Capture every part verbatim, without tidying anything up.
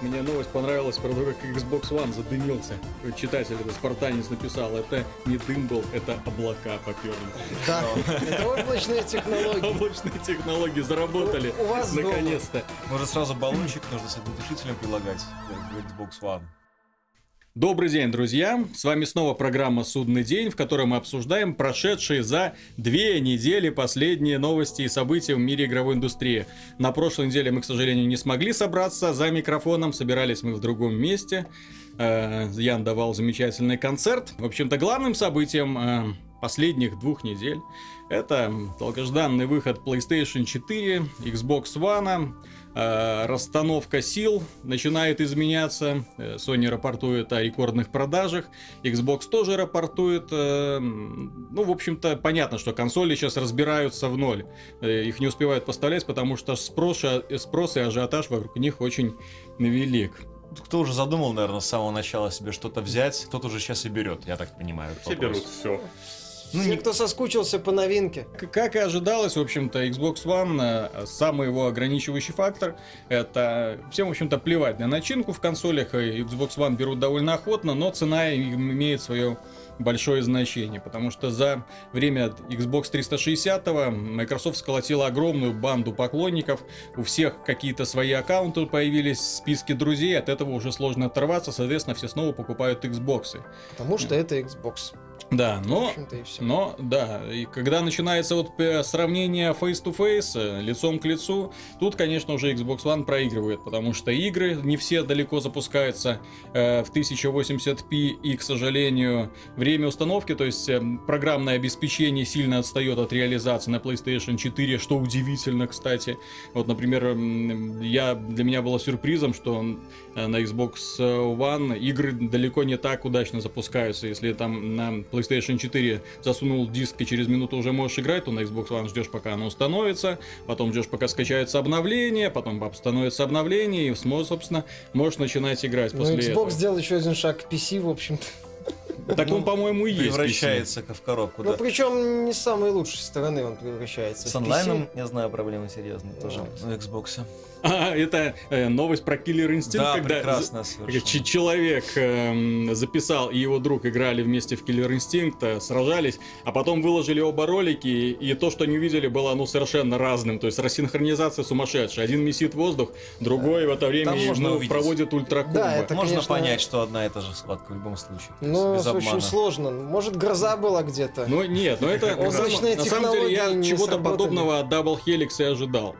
Мне новость понравилась про то, как Xbox One задымился. Читатель, это спартанец написал, это не дым был, это облака поперли. Да, это облачные технологии. Облачные технологии заработали, У вас наконец-то. Может, сразу баллончик нужно с огнетушителем прилагать к Xbox One. Добрый день, друзья! С вами снова программа «Судный день», в которой мы обсуждаем прошедшие за две недели последние новости и события в мире игровой индустрии. На прошлой неделе мы, к сожалению, не смогли собраться за микрофоном, собирались мы в другом месте. Ян давал замечательный концерт. В общем-то, главным событием последних двух недель это долгожданный выход PlayStation четыре, Xbox One. Расстановка сил начинает изменяться. Sony рапортует о рекордных продажах. Xbox тоже рапортует. Ну, в общем-то, понятно, что консоли сейчас разбираются в ноль. Их не успевают поставлять, потому что спрос, спрос и ажиотаж вокруг них очень велик. Кто уже задумал, наверное, с самого начала себе что-то взять, тот уже сейчас и берет, я так понимаю. Все берут все. Ну, все, не... кто соскучился по новинке. Как и ожидалось, в общем-то, Xbox One, самый его ограничивающий фактор, это всем, в общем-то, плевать на начинку в консолях, и Xbox One берут довольно охотно, но цена имеет свое большое значение, потому что за время Xbox триста шестьдесят Microsoft сколотила огромную банду поклонников, у всех какие-то свои аккаунты появились, списки друзей, от этого уже сложно оторваться, соответственно, все снова покупают Xbox. Потому что это Xbox. Да, но, но, да, и когда начинается вот сравнение face-to-face, лицом к лицу, тут, конечно, уже Xbox One проигрывает, потому что игры не все далеко запускаются э, в тысяча восемьдесят пи, и, к сожалению, время установки, то есть э, программное обеспечение сильно отстает от реализации на PlayStation четыре, что удивительно, кстати. Вот, например, я, для меня было сюрпризом, что на Xbox One игры далеко не так удачно запускаются, если там на PlayStation четыре засунул диск и через минуту уже можешь играть, то на Xbox One ждешь, пока оно установится, потом ждешь, пока скачается обновление, потом становится обновление, и, собственно, можешь начинать играть после ну, Xbox этого. сделал еще один шаг к пи си, в общем-то. Так он, по-моему, и есть. Превращается в коробку, да. Ну, причем не с самой лучшей стороны он превращается. С онлайном, я знаю, проблемы серьезные тоже на Xbox. А, это э, новость про Killer Instinct, да, когда прекрасно, ч- человек э, записал и его друг играли вместе в Killer Instinct, э, сражались, а потом выложили оба ролики, и, и то, что они увидели, было ну, совершенно разным. То есть рассинхронизация сумасшедшая. Один месит воздух, другой в это время ему проводит ультракомбо. Да, это, можно конечно... понять, что одна и та же схватка в любом случае. Ну, без очень обмана. сложно. Может, гроза была где-то? Ну, нет, но это... На самом деле, я чего-то подобного от Double Helix и ожидал.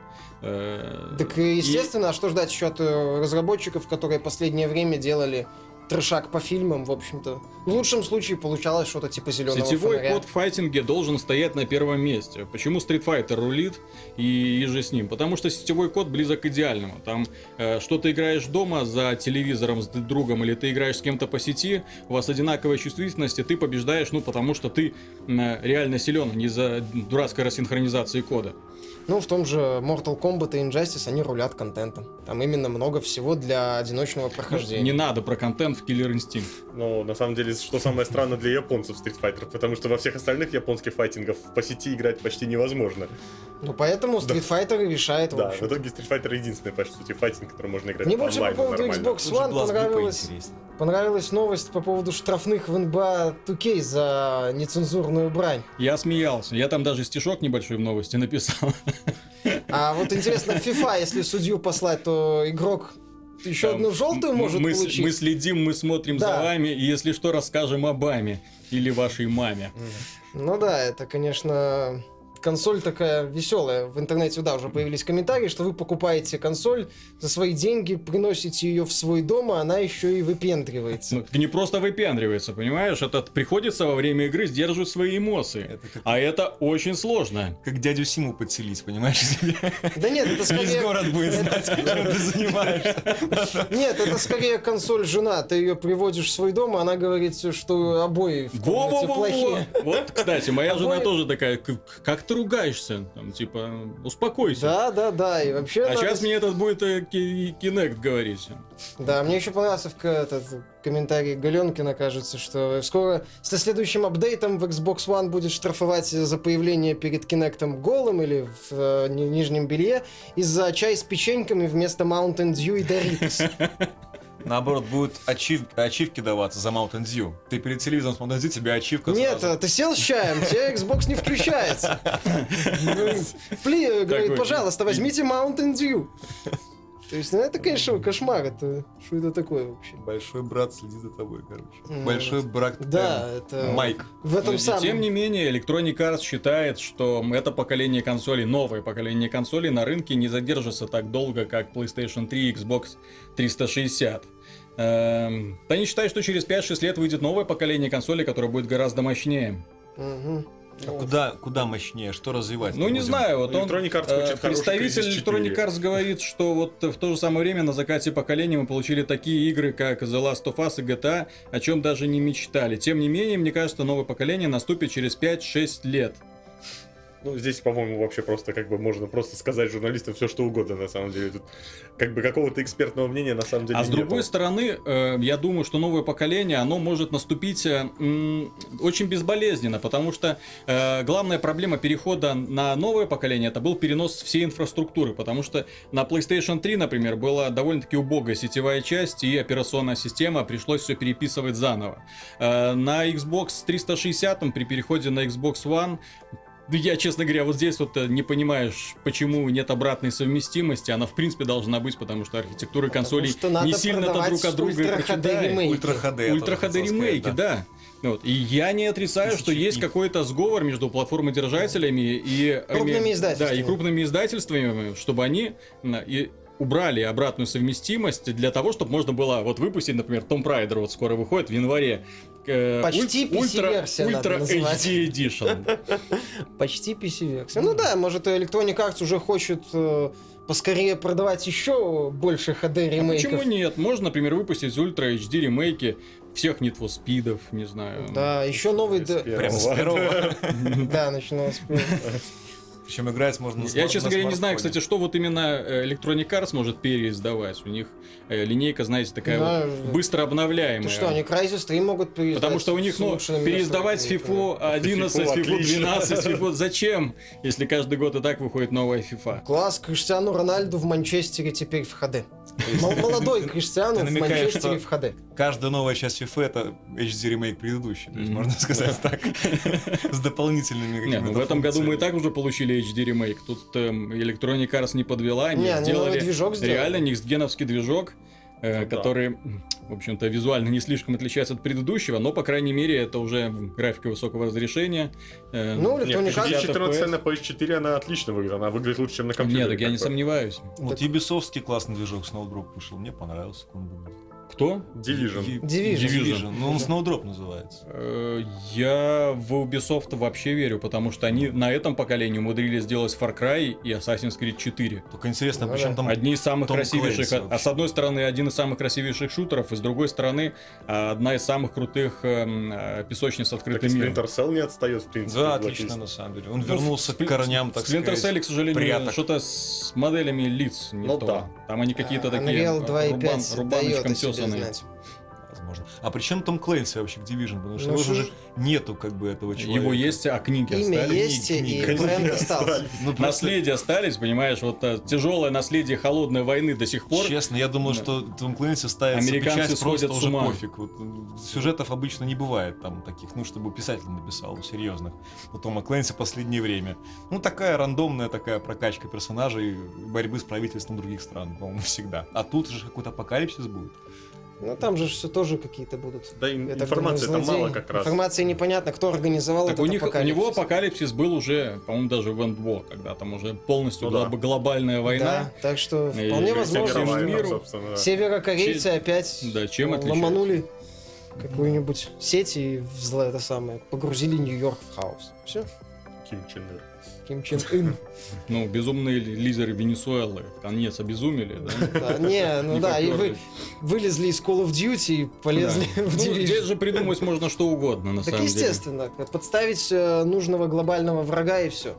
Так, естественно, и... а что ждать еще от разработчиков, которые последнее время делали трешак по фильмам, в общем-то. В лучшем случае получалось что-то типа зеленого Сетевой фонаря. код в файтинге должен стоять на первом месте. Почему Street Fighter рулит и, и же с ним? Потому что сетевой код близок к идеальному. Там, э, что ты играешь дома за телевизором с другом, или ты играешь с кем-то по сети, у вас одинаковая чувствительность, и ты побеждаешь, ну, потому что ты э, реально силен, не за дурацкой рассинхронизации кода. Ну, в том же Mortal Kombat и Injustice они рулят контентом. Там именно много всего для одиночного прохождения. Не надо про контент в Killer Instinct. Ну, на самом деле, что самое странное для японцев Street Fighter, потому что во всех остальных японских файтингов по сети играть почти невозможно. Ну, поэтому Street Fighter и решает, в Да, общем-то. в итоге Street Fighter единственный, по сути, файтинг, который можно играть Мне онлайн больше по поводу нормально. Xbox One понравилось... Понравилась новость по поводу штрафных в эн би эй два кей за нецензурную брань. Я смеялся. Я там даже стишок небольшой в новости написал. А вот интересно, в FIFA, если судью послать, то игрок еще там одну желтую может мы, получить? Мы следим, мы смотрим да. за вами, и если что, расскажем об Аме или вашей маме. Ну да, это, конечно... Консоль такая веселая. В интернете, да, уже появились комментарии, что вы покупаете консоль за свои деньги, приносите ее в свой дом, а она еще и выпендривается. Ну, не просто выпендривается, понимаешь? Это приходится во время игры сдерживать свои эмоции. Это как... А это очень сложно. Как дядю Симу подселить, понимаешь себе? Да нет, это скорее... Весь город будет знать, чем ты занимаешься. Нет, это скорее консоль жена. Ты ее приводишь в свой дом, а она говорит, что обои в комнате плохие. Вот, кстати, моя жена тоже такая, как ты ты ругаешься? Там, типа, успокойся. Да, да, да, и вообще... А надо- сейчас мне этот будет э, ки- Kinect говорить. Да, мне еще понравился в к- этот комментарий Галенкина, кажется, что скоро со следующим апдейтом в Xbox One будет штрафовать за появление перед Kinect'ом голым или в э, ни- нижнем белье из-за чая с печеньками вместо Mountain Dew и Doritos. Наоборот, будут ачив- ачивки даваться за Mountain Dew. Ты перед телевизором с Mountain Dew, тебе ачивка Нет, сразу. ты сел с чаем, тебе Xbox не включается. Ну, Пли, говорит, Такой, пожалуйста, возьмите Mountain Dew. То есть, ну это, конечно, кошмар. Это что это такое вообще? Большой брат следит за тобой, короче. М, Большой брат. Да, э, это... Майк. В этом Но, самом... Тем не менее, Electronic Arts считает, что это поколение консолей, новое поколение консолей на рынке не задержится так долго, как PlayStation три и Xbox триста шестьдесят. Эм, Они считают, что через пять-шесть лет выйдет новое поколение консолей, которое будет гораздо мощнее. Мгм. А куда, куда мощнее? Что развивать? Ну, не знаю, вот он, Electronic Arts э, хочет хороший представитель Crysis Electronic четыре. Arts говорит, что вот в то же самое время на закате поколения мы получили такие игры, как The Last of Us и джи ти эй, о чем даже не мечтали. Тем не менее, мне кажется, новое поколение наступит через пять-шесть лет. Ну, здесь, по-моему, вообще просто как бы можно просто сказать журналистам все, что угодно, на самом деле. Тут как бы какого-то экспертного мнения на самом деле А с нету. другой стороны, э, я думаю, что новое поколение, оно может наступить э, м, очень безболезненно, потому что э, главная проблема перехода на новое поколение это был перенос всей инфраструктуры, потому что на PlayStation три, например, была довольно-таки убогая сетевая часть и операционная система, пришлось все переписывать заново. Э, на Xbox триста шестьдесят при переходе на Xbox One я, честно говоря, вот здесь вот э, не понимаешь, почему нет обратной совместимости. Она, в принципе, должна быть, потому что архитектура консолей что надо не сильно-то продавать друг от друга и Ультра эйч ди прочитает. ремейки. Ультра эйч ди. я Ультра тоже эйч ди хотел ремейки, сказать, да. Вот. И я не отрицаю, что Тысячи есть книг. какой-то сговор между платформодержателями и Крупными ими- издательствами. Да, и крупными издательствами, чтобы они на, и убрали обратную совместимость для того, чтобы можно было вот выпустить, например, Tomb Raider вот скоро выходит в январе. э, Почти уль- ультра, пи си-версия надо Ультра называть. эйч ди Edition. Почти пи си-версия. Ну да, может, Electronic Arts уже хочет э, поскорее продавать еще больше эйч ди А ремейков. почему нет? Можно, например, выпустить Ультра эйч ди ремейки всех Need for Speed'ов, не знаю. Да, еще новый... д- Прямо с первого. Да, начну с первого. Причем играть можно на Я, смар- честно на говоря, не знаю, смартфоне. кстати, что вот именно э, Electronic Arts может переиздавать. У них э, линейка, знаете, такая Да, вот быстро обновляемая. Ты что, они Crysis три могут переиздать? Потому что у них, с ну, улучшенными переиздавать настройками? FIFA одиннадцать, FIFA FIFA отлично. двенадцать, FIFA... Зачем, если каждый год и так выходит новая FIFA? Класс, Криштиану Рональду в Манчестере теперь в эйч ди. Мол- Молодой Криштиану ты в намекаешь, Манчестере что- в эйч ди. Каждая новая часть FIFA это эйч ди ремейк предыдущий. То есть, Мгм. можно сказать так. С дополнительными Не, какими-то ну в этом году мы и функциями. так уже получили эйч ди ремейк. Тут эм, Electronic Arts не подвела, они Не, они сделали новый движок сделали. реально никсгеновский движок, э, Ну да. который, м, в общем-то, визуально не слишком отличается от предыдущего, но, по крайней мере, это уже графика высокого разрешения. э, Ну, Нет, Electronic Arts... шестьдесят четырнадцать эф пи эс. на пи эс четыре она отлично выглядит, она выглядит лучше, чем на компьютере. Нет, так я не как-то. сомневаюсь. Вот Ubisoftский классный движок Snowdrop вышел. Мне понравился, как он выглядит. Кто? Division. И- Division. Division. Ну, он Snowdrop называется. Э, Я в Ubisoft вообще верю, потому что они на этом поколении умудрились сделать Far Cry и Assassin's Creed четыре. Только интересно, Ну причем да. там... Одни из самых Том красивейших, Клэнси а, а вообще. с одной стороны один из самых красивейших шутеров, и с другой стороны а, одна из самых крутых эм, э, песочниц с Так и открытым миром. Splinter Cell не отстает, в принципе. Да, от отлично, Blacklist. на самом деле. Он Ну, вернулся в к корням, так Splinter сказать. Cell, к сожалению, пряток. что-то с моделями лиц не Ну то. да. Там они какие-то А, такие Unreal два и рубан- пять дает рубаночком о себе тесаные. знать. Возможно. А при чем Том Клэнси вообще к Division? Потому что Ну, его что же ж- нету как бы этого человека. Его есть, а книги Имя остались. есть, книги, и книги бренд остались. остался. Ну, просто, Наследие остались, понимаешь, вот э, тяжелое наследие холодной войны до сих пор. честно, я думал, Да. что Том Клэнси ставит себе Американцы часть просто сходят с уже ума. пофиг. Вот, м, сюжетов обычно не бывает там таких, ну, чтобы писатель написал, ну, серьезных. У Тома Клэнси в последнее время. Ну, такая рандомная такая прокачка персонажей борьбы с правительством других стран, по-моему, всегда. А тут же какой-то апокалипсис будет. Ну там же все тоже какие-то будут. Да, ин- Это информации там злодеи. мало как раз. Информации непонятно, кто организовал Так этот у, них, у апокалипсис. него апокалипсис был уже, по-моему, даже в Эндво, когда там уже полностью Ну да. глоб- глобальная война. Да, так что И вполне всем возможно, мировая, что там, Мировая, миру. собственно, да. северокорейцы Че- опять Да, чем э, отличаются? ломанули какую-нибудь сеть и в зло это самое, погрузили Нью-Йорк в хаос. Все. Ким Чен Ир. Ким Чен Ын. Ну, безумные ли- лидеры Венесуэлы в конец обезумели, да? Да, Не, ну Не да, и вы попёрлись. вылезли из Call of Duty и полезли Да. в Ну, Division. здесь же придумать можно что угодно, на Так самом деле. естественно, подставить э, нужного глобального врага и все.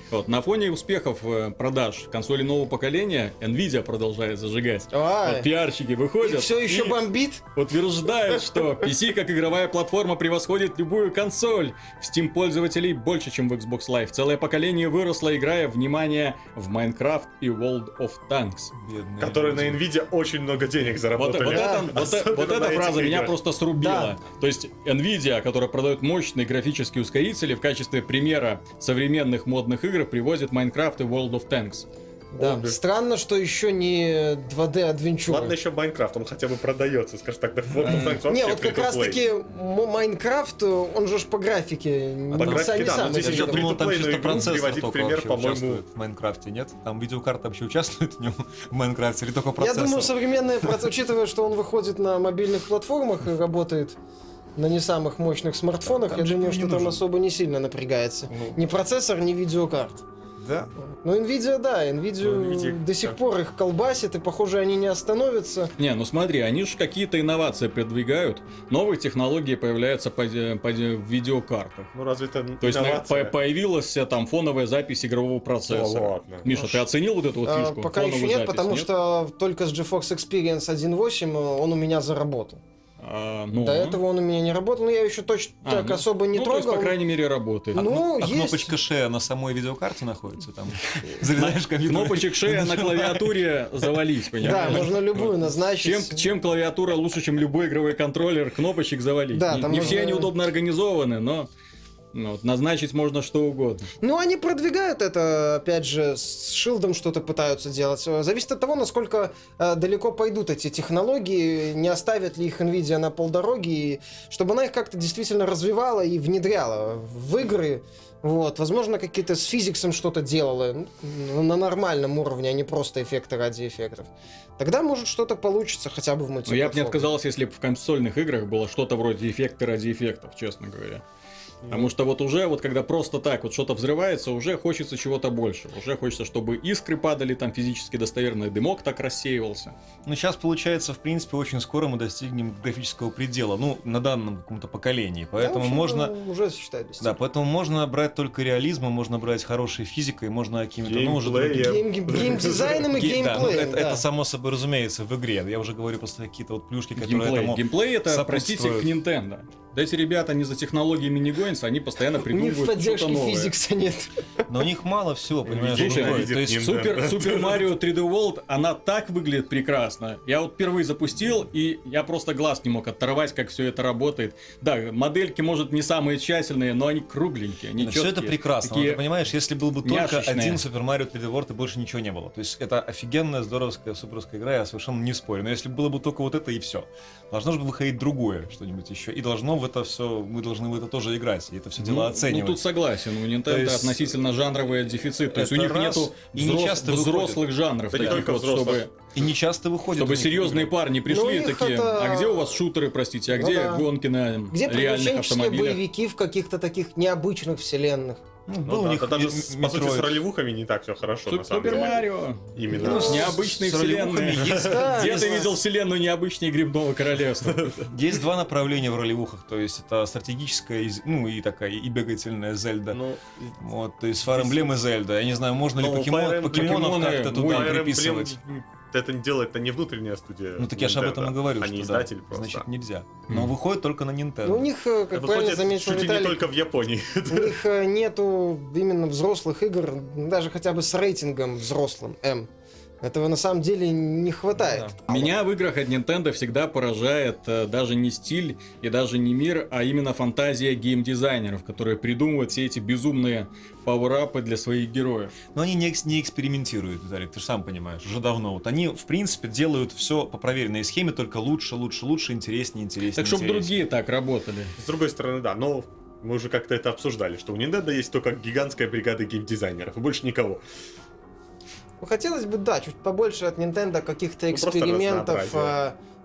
Вот, на фоне успехов э, продаж консолей нового поколения Nvidia продолжает зажигать. Ай. Вот пиарщики выходят Все еще и бомбит? утверждают, что пи си как игровая платформа превосходит любую консоль. В Steam пользователей больше, чем в Xbox Live. Целое поколение выросло, играя, внимание, в Minecraft и World of Tanks. Бедные Которые на люди. Nvidia очень много денег Вот, заработали. вот Да. это- вот, Особенно вот на эта этих фраза меня играх. просто срубила. Да. То есть Nvidia, которая продает мощные графические ускорители, в качестве примера современных модных игр привозит Minecraft и World of Tanks. Да. О, да. Странно, что еще не два дэ адвенчура. Ладно, еще Майнкрафт, он хотя бы продается, скажем так, да, World of Tanks вообще Не, вот как free-to-play. раз таки М- Майнкрафт, он же ж по графике не, по не графике, да, но самый здесь это еще дело. Я думал, там free-to-play чисто игру процессор приводить только пример, вообще по-моему. участвует в Майнкрафте, нет? Там видеокарта вообще участвует в нем в Майнкрафте или только Я процессор? думаю, современные, проц- учитывая, что он выходит на мобильных платформах и работает на не самых мощных смартфонах, Там я же думаю, не что там нужен. особо не сильно напрягается. Ну. Ни процессор, ни видеокарт. Да. Ну, Nvidia, да, Nvidia, Ну, Nvidia, до сих да. пор их колбасит, и, похоже, они не остановятся. Не, ну смотри, они же какие-то инновации продвигают, новые технологии появляются по, по видеокартах. Ну разве это То есть на- инновация? по- появилась э, там фоновая запись игрового Да процессора. ладно. Миша, ты оценил вот эту вот А, фишку? пока еще Фоновую нет, запись, потому нет? что только с GeForce Experience один точка восемь он у меня заработал. А, ну, До этого он у меня не работал, но я еще точно А, так ну, особо не ну, то есть, трогал. по крайней мере, работает. Ну, Ну, а есть. кнопочка шея на самой видеокарте находится там. Заряжаешь компьютер. Кнопочек шея на клавиатуре завались, Да, понимаешь? можно любую Чем, назначить. чем клавиатура лучше, чем любой игровой контроллер, кнопочек завались. Да, не там не все можно- они удобно организованы, но ну, вот назначить можно что угодно. Ну, они продвигают это, опять же, с шилдом что-то пытаются делать. Зависит от того, насколько э, далеко пойдут эти технологии, не оставят ли их Nvidia на полдороги, и чтобы она их как-то действительно развивала и внедряла в игры. Вот, возможно, какие-то с физиксом что-то делала ну, на нормальном уровне, а не просто эффекты ради эффектов. Тогда, может, что-то получится, хотя бы в Но мультиплатформе. я бы не отказался, если бы в консольных играх было что-то вроде эффекты ради эффектов, честно говоря. Потому что вот уже, вот когда просто так вот что-то взрывается, уже хочется чего-то больше. Уже хочется, чтобы искры падали, там физически достоверный дымок так рассеивался. Ну, сейчас, получается, в принципе, очень скоро мы достигнем графического предела, ну, на данном каком-то поколении. Да, Поэтому в общем, можно... Уже считаю достиг. Да, поэтому можно брать только реализм, можно брать хорошей физикой, можно какими-то, ну, уже Геймплеем. другими- Гейм- геймдизайном и Ге- да, ну, геймплеем, это, да. это само собой разумеется в игре. Я уже говорю просто какие-то вот плюшки, которые Геймплей. этому Геймплей это, простите, к сопутствуют. Nintendo. Да эти ребята, они за технологиями не гонятся, они постоянно У них придумывают поддержки что-то новое. физикса нет. Но у них мало всего, понимаешь? Слушай, другое. видит То есть Nintendo. Супер, Супер Марио три дэ World, она так выглядит прекрасно. Я вот впервые запустил, и я просто глаз не мог оторвать, как все это работает. Да, модельки, может, не самые тщательные, но они кругленькие, они все это чёткие, прекрасно. Но такие- ты понимаешь, если был бы только няшечные. один Super Mario три дэ World, и больше ничего не было. То есть это офигенная, здоровская, суперская игра, я совершенно не спорю. Но если было бы только вот это и все, должно же выходить другое что-нибудь еще. И должно в это все, мы должны в это тоже играть, и это все дело Ну, оценивать. Ну, тут согласен, у Nintendo То есть относительно жанровый дефицит. То есть у это них раз, нету и не взрос- часто взрослых выходит. жанров Да не таких только вот, взрослых. чтобы, И не часто выходит. чтобы у них серьезные игры. парни Ну, пришли у и них такие, это- а где у вас шутеры, простите, а Ну где да. гонки на Где реальных приключенческие автомобилях? боевики в каких-то таких необычных вселенных? Ну, Ну был да, у них да даже, м- с- по сути, с Metroid. ролевухами не так все хорошо, на Суп- самом Супер деле. Марио. Именно. Ну, С с- необычной с ролевухами вселенной. есть. Да, Где не ты знаю. видел вселенную необычней Грибного Королевства? Есть два направления в ролевухах, то есть это стратегическая, и- ну и такая, и бегательная Зельда. Ну, Вот, то есть Fire Emblem и Зельда. Я не знаю, можно ли Ну, покемон- Fire Emblem- покемонов покемоны, как-то ой, туда Fire Emblem приписывать. это не делает-то не внутренняя студия. Ну так я же об этом и Nintendo, говорю, Они что да, издатель просто. значит нельзя. Но Мгм. выходит только на Nintendo. Ну, у них, э, как правильно Выходит заметил чуть ли не Виталий, только в Японии. у них э, нету именно взрослых игр, даже хотя бы с рейтингом взрослым М. Этого на самом деле не хватает. А Меня в играх от Nintendo всегда поражает э, даже не стиль и даже не мир, а именно фантазия геймдизайнеров, которые придумывают все эти безумные пауэрапы для своих героев. Но они не, экс- не экспериментируют, Виталик, ты же сам понимаешь, уже давно. Вот они, в принципе, делают все по проверенной схеме, только лучше, лучше, лучше, интереснее, интереснее. Так чтобы интереснее. другие так работали. С другой стороны, да, но мы уже как-то это обсуждали, что у Nintendo есть только гигантская бригада геймдизайнеров, и больше никого. Ну, хотелось бы, да, чуть побольше от Nintendo каких-то Ну, просто экспериментов разнообразие. э,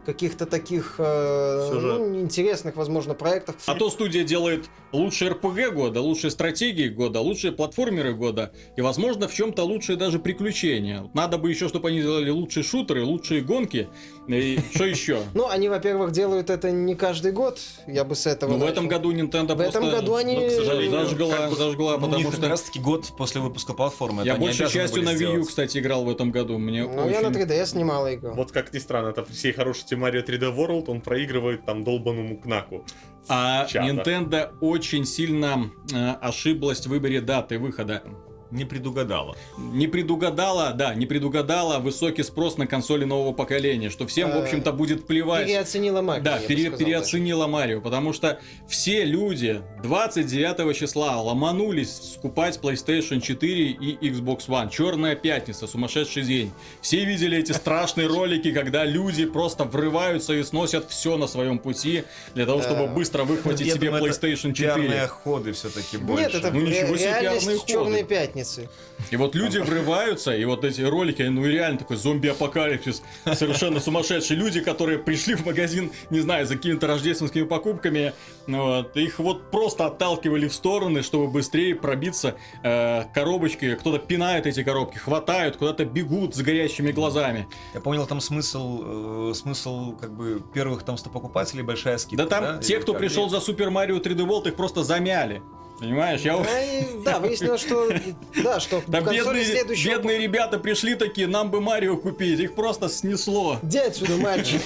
каких-то таких э, Сюжет. ну, интересных, возможно, проектов. А то студия делает лучшие эр пи джи года, лучшие стратегии года, лучшие платформеры года и, возможно, в чем-то лучшие даже приключения. Надо бы еще, чтобы они делали лучшие шутеры, лучшие гонки. И что еще? Ну, они, во-первых, делают это не каждый год, я бы с этого Ну, в начал. этом году Nintendo В этом просто году они- ну, к сожалению, Как зажгла, бы, зажгла, Ну, у потому них как что раз таки год после выпуска платформы. я это они большей обязаны частью были на Wii U, сделать. кстати, играл в этом году. Мне Ну, очень... я на три ди эс немало играл. Вот как ни странно, это всей хороший Mario три дэ World, он проигрывает там долбанному Кнаку. А Чата. Nintendo очень сильно э, ошиблась в выборе даты выхода. Не предугадала. Не предугадала, да, не предугадала высокий спрос на консоли нового поколения, что всем, в Э, общем-то, будет плевать. Переоценила Марио, Да, я бы пере- сказал переоценила Марио, потому что все люди двадцать девятого числа ломанулись скупать PlayStation четыре и Xbox One. Черная пятница, сумасшедший день. Все видели эти страшные ролики, когда люди просто врываются и сносят все на своем пути для того, чтобы Да. быстро выхватить Я себе думаю, это PlayStation Пиарные четыре. ходы все-таки даже. больше. Нет, это Ну, ничего ре- себе пиарные реальность ходы. Черной пятницы. И вот люди врываются, и вот эти ролики, ну и реально такой зомби-апокалипсис, совершенно сумасшедшие люди, которые пришли в магазин, не знаю, за какими-то рождественскими покупками, вот, их вот просто отталкивали в стороны, чтобы быстрее пробиться э, коробочки, кто-то пинает эти коробки, хватают, куда-то бегут с горящими глазами. Я понял, там смысл, э, смысл как бы первых там сто покупателей, большая скидка. Да там те, Или кто как? пришел за Super Mario три дэ World, их просто замяли. Понимаешь, я... Да, и- да, выяснилось, что да, что Там консоли бедные, следующего... бедные ребята пришли такие, нам бы Марио купить, их просто снесло. Иди отсюда, мальчик.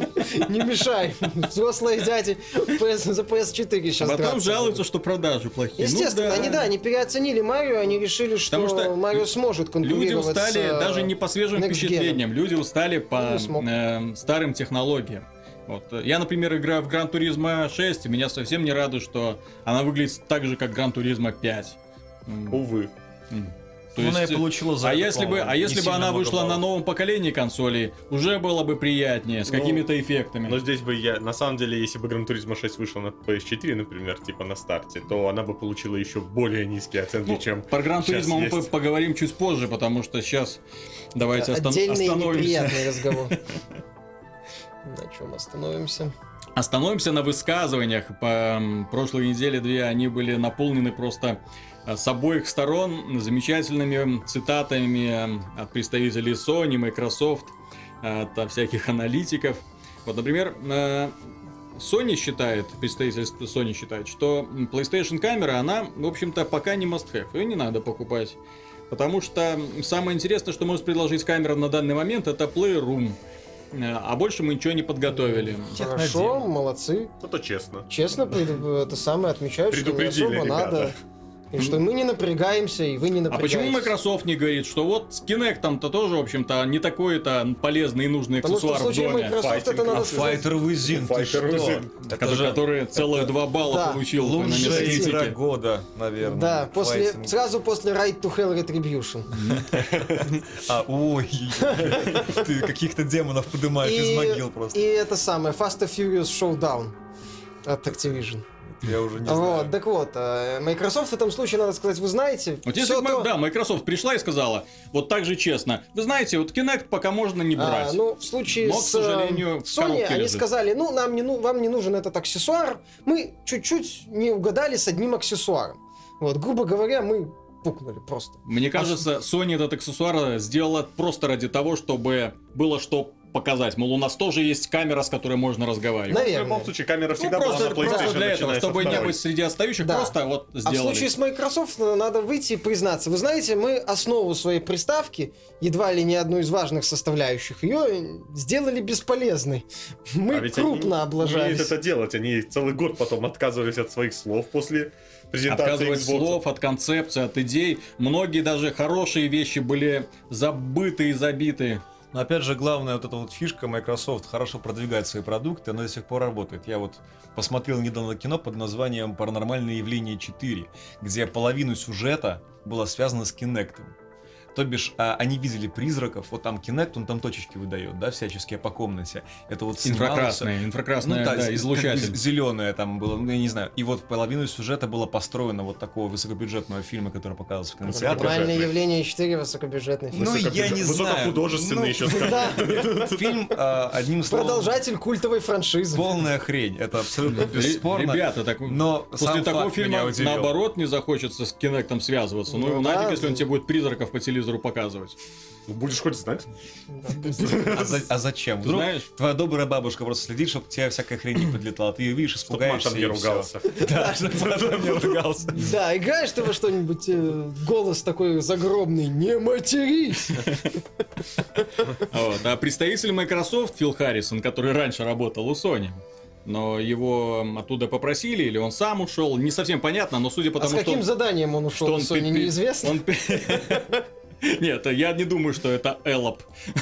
Не мешай. Взрослые дяди пэ эс за пэ эс четыре А сейчас потом жалуются, что продажи плохие. Ну Естественно, да. они, да, они переоценили Марио, они решили, что, Потому что Марио сможет Люди конкурировать устали с, э, даже не по свежим Next Gen. впечатлениям, люди устали по Ну, не смог. э, старым технологиям. Вот. Я, например, играю в Gran Turismo шесть, и меня совсем не радует, что она выглядит так же, как Gran Turismo пять. М, Увы. м. То Ну, она и есть, получила за а это, если бы, по-моему, а не если бы сильно она много вышла на баллов. новом поколении консолей, уже было бы приятнее, с Ну, какими-то эффектами. Но здесь бы я, на самом деле, если бы Gran Turismo шесть вышла на пэ эс четыре, например, типа на старте, то она бы получила еще более низкие оценки, Ну, чем про Gran сейчас Turismo мы есть. по- поговорим чуть позже, потому что сейчас давайте остан- Отдельный и остановимся. неприятный разговор. На чем остановимся? Остановимся на высказываниях. По м, прошлой неделе две они были наполнены просто э, с обоих сторон замечательными цитатами м, от представителей Sony, Microsoft, от э, всяких аналитиков. Вот, например, э, Sony считает, представитель Sony считает, что PlayStation камера, она, в общем-то, пока не must-have, ее не надо покупать. Потому что самое интересное, что может предложить камера на данный момент, это Playroom. Э, А больше мы ничего не подготовили. Хорошо, Технодел. молодцы. Это честно. Честно, пред- это самое отмечают, что не Предупредили особо ребята. надо. И что мы не напрягаемся, и вы не А напрягаетесь. почему Microsoft не говорит, что вот с Kinect-то тоже, в общем-то, не такой-то полезный и нужный Потому что в аксессуар в случае доме, Microsoft это Fighting. надо А сказать. Fighter Within, ты Fighter что? Within. Это который, же который целых два балла Да. получил на лучшая Metacritic. игра года, наверное. Да, после, Fighting. сразу после Right to Hell Retribution. А, ой, ты каких-то демонов поднимаешь из могил просто. и это самое, Fast and Furious Showdown от Activision. Я уже не Вот, знаю. так вот, э, Microsoft в этом случае, надо сказать, вы знаете, Вот если всё бы, то- да, Microsoft пришла и сказала, вот так же честно, вы знаете, вот Kinect пока можно не брать. А, ну, в случае Но, к с сожалению, э, в Sony коробке они лежит. сказали, ну, нам не, ну, вам не нужен этот аксессуар, мы чуть-чуть не угадали с одним аксессуаром. Вот, грубо говоря, мы пукнули просто. Мне кажется, Sony этот аксессуар сделала просто ради того, чтобы было что показать. Мол, у нас тоже есть камера, с которой можно разговаривать. Наверное. В любом случае, камера Ну, всегда была просто, на просто PlayStation, для этого, начиная со чтобы не второй. быть среди отстающих, Да. просто вот А в сделали. случае с Microsoft э, надо выйти и признаться. Вы знаете, мы основу своей приставки, едва ли не одну из важных составляющих, ее сделали бесполезной. Мы А ведь крупно они облажались. умеют это делать. Они целый год потом отказывались от своих слов после презентации Отказывать Xbox. слов, от концепции, от идей. Многие даже хорошие вещи были забыты и забиты. Но опять же, главная вот эта вот фишка, Microsoft хорошо продвигает свои продукты, она до сих пор работает. Я вот посмотрел недавно кино под названием «Паранормальное явление четыре», где половину сюжета было связано с Kinect. То бишь, а, они видели призраков, вот там Kinect, он там точечки выдает, да, всяческие по комнате. Это вот инфракрасное, инфракрасное, ну, да, да, излучатель. Зеленое там было, ну, я не знаю. И вот половину сюжета было построено вот такого высокобюджетного фильма, который показывался в кинотеатре. Нормальное явление четыре, высокобюджетный фильм. Ну, я не знаю. Высокохудожественный Ну, еще скажем. Фильм, а, одним словом, Продолжатель культовой франшизы. полная хрень. Это абсолютно бесспорно. Ребята, так Но после сам такого факт меня фильма удивил. наоборот не захочется с Кинектом связываться. Ну, Ну и да, нафиг, если он да. тебе будет призраков по телевизору показывать. Будешь хоть знать. А, за- а зачем? Вдруг Знаешь? твоя добрая бабушка просто следит, чтобы тебя всякая хрень не подлетала. Ты ее видишь, Чтоб испугаешься. матом не и всё. ругался. Да, чтобы матом не ругался. Да, играешь ты во что-нибудь, э, голос такой загробный, не матерись! Вот. А представитель Microsoft Фил Харрисон, который раньше работал у Sony, но его оттуда попросили, или он сам ушел, не совсем понятно, но судя по А тому, с каким что он- заданием он ушел, что он Sony, пи- пи- неизвестно? он пи- Нет, я не думаю, что это Эллоп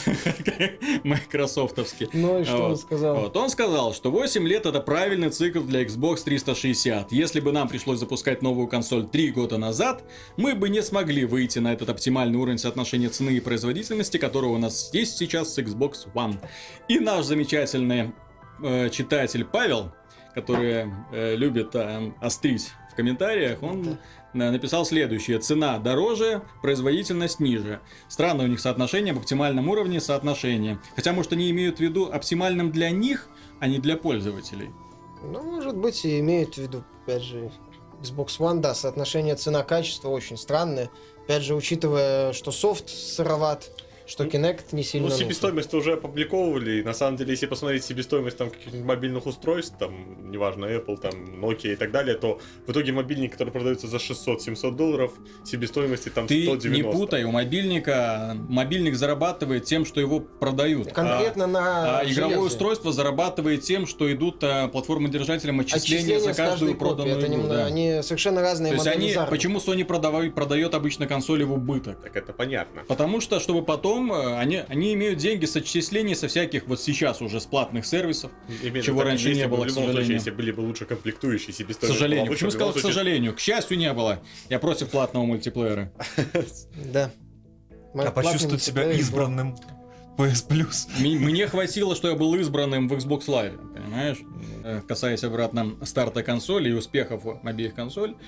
майкрософтовский. Ну и что он Вот. сказал? Вот. Он сказал, что восемь лет это правильный цикл для Xbox триста шестьдесят. Если бы нам пришлось запускать новую консоль три года назад, мы бы не смогли выйти на этот оптимальный уровень соотношения цены и производительности, который у нас есть сейчас с Xbox One. И наш замечательный э, читатель Павел, который э, любит э, острить в комментариях, он э, написал следующее. Цена дороже, производительность ниже. Странно у них соотношение, в оптимальном уровне соотношение. Хотя, может, они имеют в виду оптимальным для них, а не для пользователей. Ну, может быть, и имеют в виду, опять же, Xbox One, да, соотношение цена-качество очень странное. Опять же, учитывая, что софт сыроват, что Kinect не сильно Ну, нужен. себестоимость уже опубликовывали, и на самом деле, если посмотреть себестоимость там каких-нибудь мобильных устройств, там, неважно, Apple, там, Nokia и так далее, то в итоге мобильник, который продается за шестьсот-семьсот долларов, себестоимости там Ты сто не девяносто. путай, у мобильника мобильник зарабатывает тем, что его продают. Конкретно на А игровое железе. устройство зарабатывает тем, что идут а, платформодержателям отчисления, за с каждую каждой копии. проданную Это игру. не- да. Они совершенно разные То есть модели они, зарплаты. почему Sony продавай- продает обычно консоли в убыток? Так это понятно. Потому что, чтобы потом, э, они, они имеют деньги с отчислений со всяких вот сейчас уже с платных сервисов. Именно Чего так, раньше если не бы было, в к любом случае, сожалению. если были бы лучше комплектующие, К себестоимость была сожалению. лучше, Почему в сказал любом к случае- сожалению? К счастью, не было. Я против платного мультиплеера. Да. А почувствовать себя избранным пи эс Plus. М- Мне хватило, что я был избранным в Xbox Live, понимаешь? Э, Касаясь обратно старта консоли и успехов обеих консолей.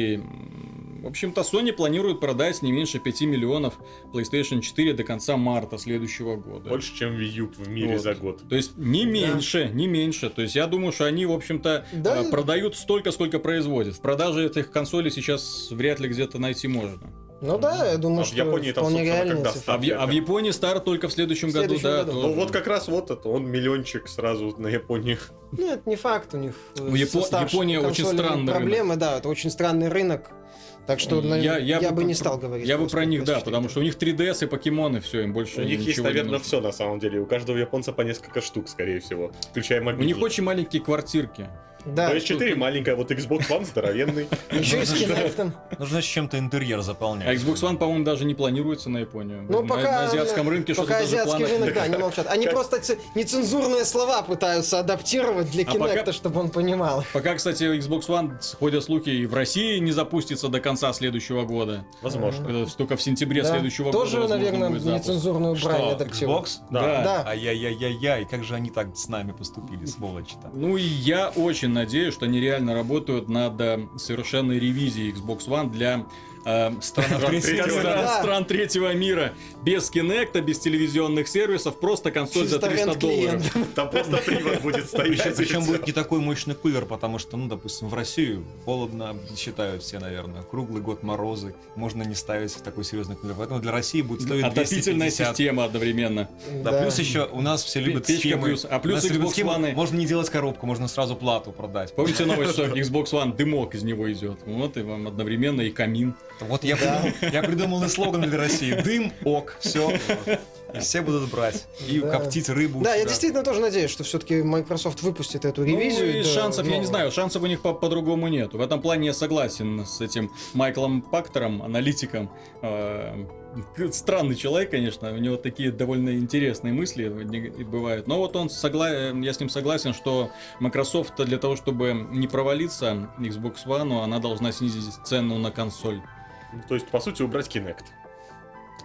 м, В общем-то, Sony планирует продать не меньше пяти миллионов PlayStation четыре до конца марта следующего года. Больше, чем Wii U в мире Вот. за год. То есть не меньше, не меньше. То есть я думаю, что они, в общем-то, Да. э, продают столько, сколько производят. В продаже этих консолей сейчас вряд ли где-то найти можно. Ну да, я думаю, А в что Японии там, вполне собственно, реальная когда цифра. А в, Я- а в Японии старт только в следующем, В следующем году, да. году. тоже. Ну вот как раз вот это, он миллиончик сразу на Японию. Ну, это не факт у них. э, У Япо- со старшими Япония очень консолями странный проблемы, да, это очень странный рынок. Так что на- я, я, я бы не про- стал говорить. Я бы про них, да, четыре. потому что у них три ди эс и покемоны, все, им больше У них есть, ничего не наверное, нужно. все на самом деле. У каждого японца по несколько штук, скорее всего. Включая У мобильник. них очень маленькие квартирки. Да, пи эс четыре маленькая, вот Xbox One здоровенный. еще и с Kinect'ом. Нужно с чем-то интерьер А заполнять. Xbox One, по-моему, даже не планируется на Японию. Ну, на, пока, на азиатском рынке что-то пока даже в азиатский планах рынок, да, нет. не молчат. Они Как- просто ц- нецензурные слова пытаются адаптировать для А пока- Kinect'а, чтобы он понимал. Пока, кстати, Xbox One, ходят слухи, и в России не запустится до конца следующего года. Возможно. Э, Только в сентябре Да. следующего Тоже, года, возможно, наверное, будет запуск. нецензурную брань Что, адаптируют. Xbox? Да. Да. Ай-яй-яй-яй-яй, как же они так с нами поступили, сволочи-то. Ну и я очень надеюсь, что они реально работают над э, совершенной ревизией Xbox One для э, стран, третьего стран- мира. стран третьего мира. Без Kinect, без телевизионных сервисов, просто консоль за Чисто триста долларов. рент-клиент. Там просто привод будет стоять. Причем будет не такой мощный кулер, потому что, ну, допустим, в Россию холодно считают все, наверное. Круглый год морозы, можно не ставить такой серьезный кулер. Поэтому для России будет стоить Отопительная двести пятьдесят. система одновременно. Да, плюс еще у нас все любят Печка схемы. плюс. А плюс У нас любят Xbox схемы, One. можно не делать коробку, можно сразу плату продать. Помните новость, что Xbox One дымок из него идет? Вот и вам одновременно и камин. Вот я, придумал, я придумал и слоган для России. Дым, ок, все. И все будут брать. И Да. коптить рыбу. у Да, я себя. действительно тоже надеюсь, что все-таки Microsoft выпустит эту ревизию. Ну, и да, шансов, я не но- знаю, шансов у них по- по-другому нету. В этом плане я согласен с этим Майклом Пактором, аналитиком. Э, Странный человек, конечно, у него такие довольно интересные мысли не- бывают. Но вот он согла... я с ним согласен, что Microsoft для того, чтобы не провалиться Xbox One, она должна снизить цену на консоль. То есть, по сути, убрать Kinect.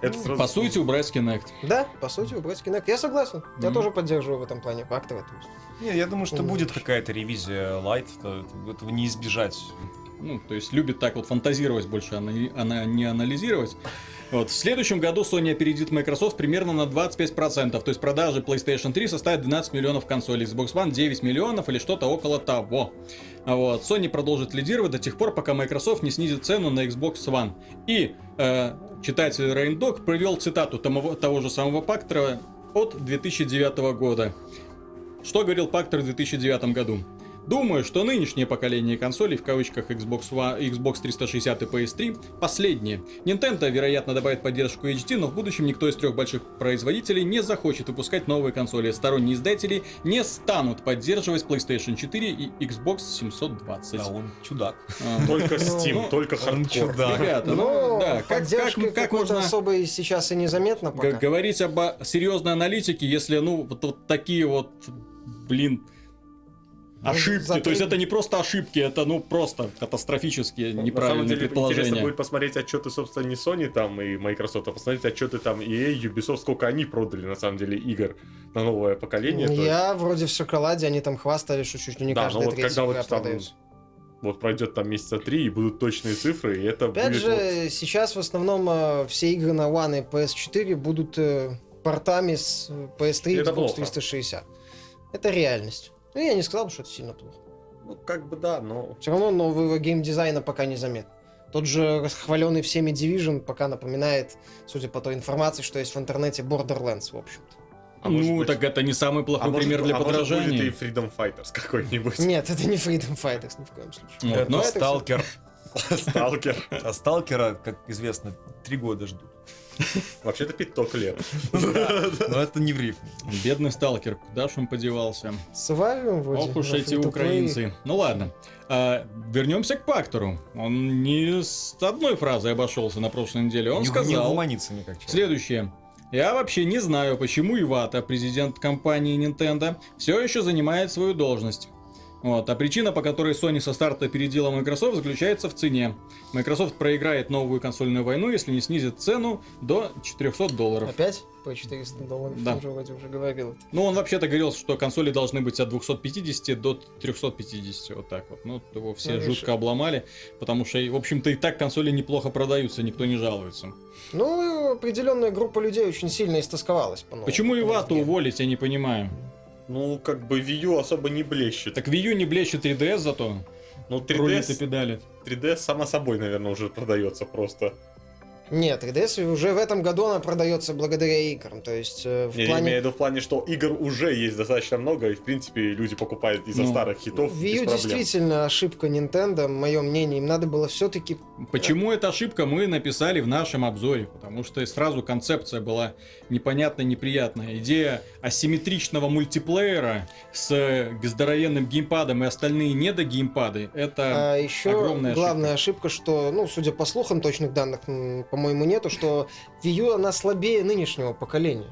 Это сразу... По сути, убрать Kinect. Да, по сути, убрать Kinect. Я согласен. Я Мгм. тоже поддерживаю в этом плане факторы. То есть. Не, я думаю, что Думаю, будет что- какая-то ревизия Lite, то этого не избежать. Ну, то есть любит так вот фантазировать больше, а не- а не анализировать. Вот. В следующем году Sony опередит Microsoft примерно на двадцать пять процентов. То есть продажи PlayStation три составят двенадцать миллионов консолей, Xbox One девять миллионов или что-то около того. А Вот. Sony продолжит лидировать до тех пор, пока Microsoft не снизит цену на Xbox One. И э, читатель Рейндок привел цитату того, того же самого Пактера от две тысячи девятого года. Что говорил Пактер в две тысячи девятом году? Думаю, что нынешнее поколение консолей, в кавычках Xbox One, Xbox триста шестьдесят и пи эс три, последнее. Nintendo, вероятно, добавит поддержку эйч ди, но в будущем никто из трех больших производителей не захочет выпускать новые консоли. Сторонние издатели не станут поддерживать PlayStation четыре и Xbox семьсот двадцать. Да, он чудак. А, Только ну, Steam, ну, только он хардкор. чудак. Ребята, ну Но да, как, как, поддержки как какой-то можно особой сейчас и незаметно г- пока. говорить об а, серьезной аналитике, если, ну, вот, вот такие вот, блин, ошибки. за То есть три- это не просто ошибки, это, ну, просто катастрофические Ну, неправильные на самом деле, предположения. интересно будет посмотреть отчеты, собственно, не Sony там и Microsoft, а посмотреть отчеты там и эй, Ubisoft, сколько они продали, на самом деле, игр на новое поколение. То есть- Я вроде в шоколаде, они там хвастались, что чуть ли не Да, каждая но вот третья когда игра вот там продается. вот пройдет там месяца три, и будут точные цифры, и это Опять будет же, вот- сейчас в основном э, все игры на One и пи эс четыре будут э, портами с пи эс три и Это Xbox плохо. триста шестьдесят. Это реальность. Ну, я не сказал бы, что это сильно плохо. Ну, как бы да, но... Все равно нового геймдизайна пока не заметно. Тот же расхваленный всеми Division пока напоминает, судя по той информации, что есть в интернете, Borderlands, в общем-то. А может ну, быть- так это не самый плохой А может, пример для а может подражания. будет и Freedom Fighters какой-нибудь. Нет, это не Freedom Fighters ни в коем случае. Вот, Это но это Сталкер. Сталкер. А Сталкера, как известно, три года ждут. Вообще-то пяток лет. Но это не в рифм. Бедный сталкер, куда ж он подевался? С Авариум вроде. Ох уж на эти free-to-play. украинцы. Ну ладно. А, вернемся к Пактору. Он не с одной фразой обошелся на прошлой неделе. Он Не- Не сказал угомонится никак. человек. следующее. Я вообще не знаю, почему Ивата, президент компании Nintendo, все еще занимает свою должность. Вот. А причина, по которой Sony со старта опередила Microsoft, заключается в цене. Microsoft проиграет новую консольную войну, если не снизит цену до четырехсот долларов. Опять по четыреста долларов, Да. он же вроде уже говорил. это. Ну, он вообще-то говорил, что консоли должны быть от двухсот пятидесяти до трехсот пятидесяти, вот так вот. Ну, его все Ну, видишь. жутко обломали, потому что, в общем-то, и так консоли неплохо продаются, никто не жалуется. Ну, определенная группа людей очень сильно истосковалась по новому. Почему по Ивату новому. уволить, я не понимаю. Ну, как бы Wii U особо не блещет. Так Wii U не блещет три ди эс зато. Ну, Рулит и 3DS, педалит. 3DS само собой, наверное, уже продается просто. Нет, три ди эс уже в этом году она продается благодаря играм. То есть э, в Я плане... имею в виду в плане, что игр уже есть достаточно много, и, в принципе, люди покупают из-за Ну, старых хитов Wii без U проблем. действительно ошибка Nintendo, мое мнение. Им надо было все-таки... Почему эта ошибка, мы написали в нашем обзоре, потому что сразу концепция была непонятная, неприятная. Идея асимметричного мультиплеера с э, здоровенным геймпадом и остальные недогеймпады, это А еще огромная главная ошибка. что, ну, судя по слухам, точных данных, м, по-моему, нету, что Wii U, она слабее нынешнего поколения.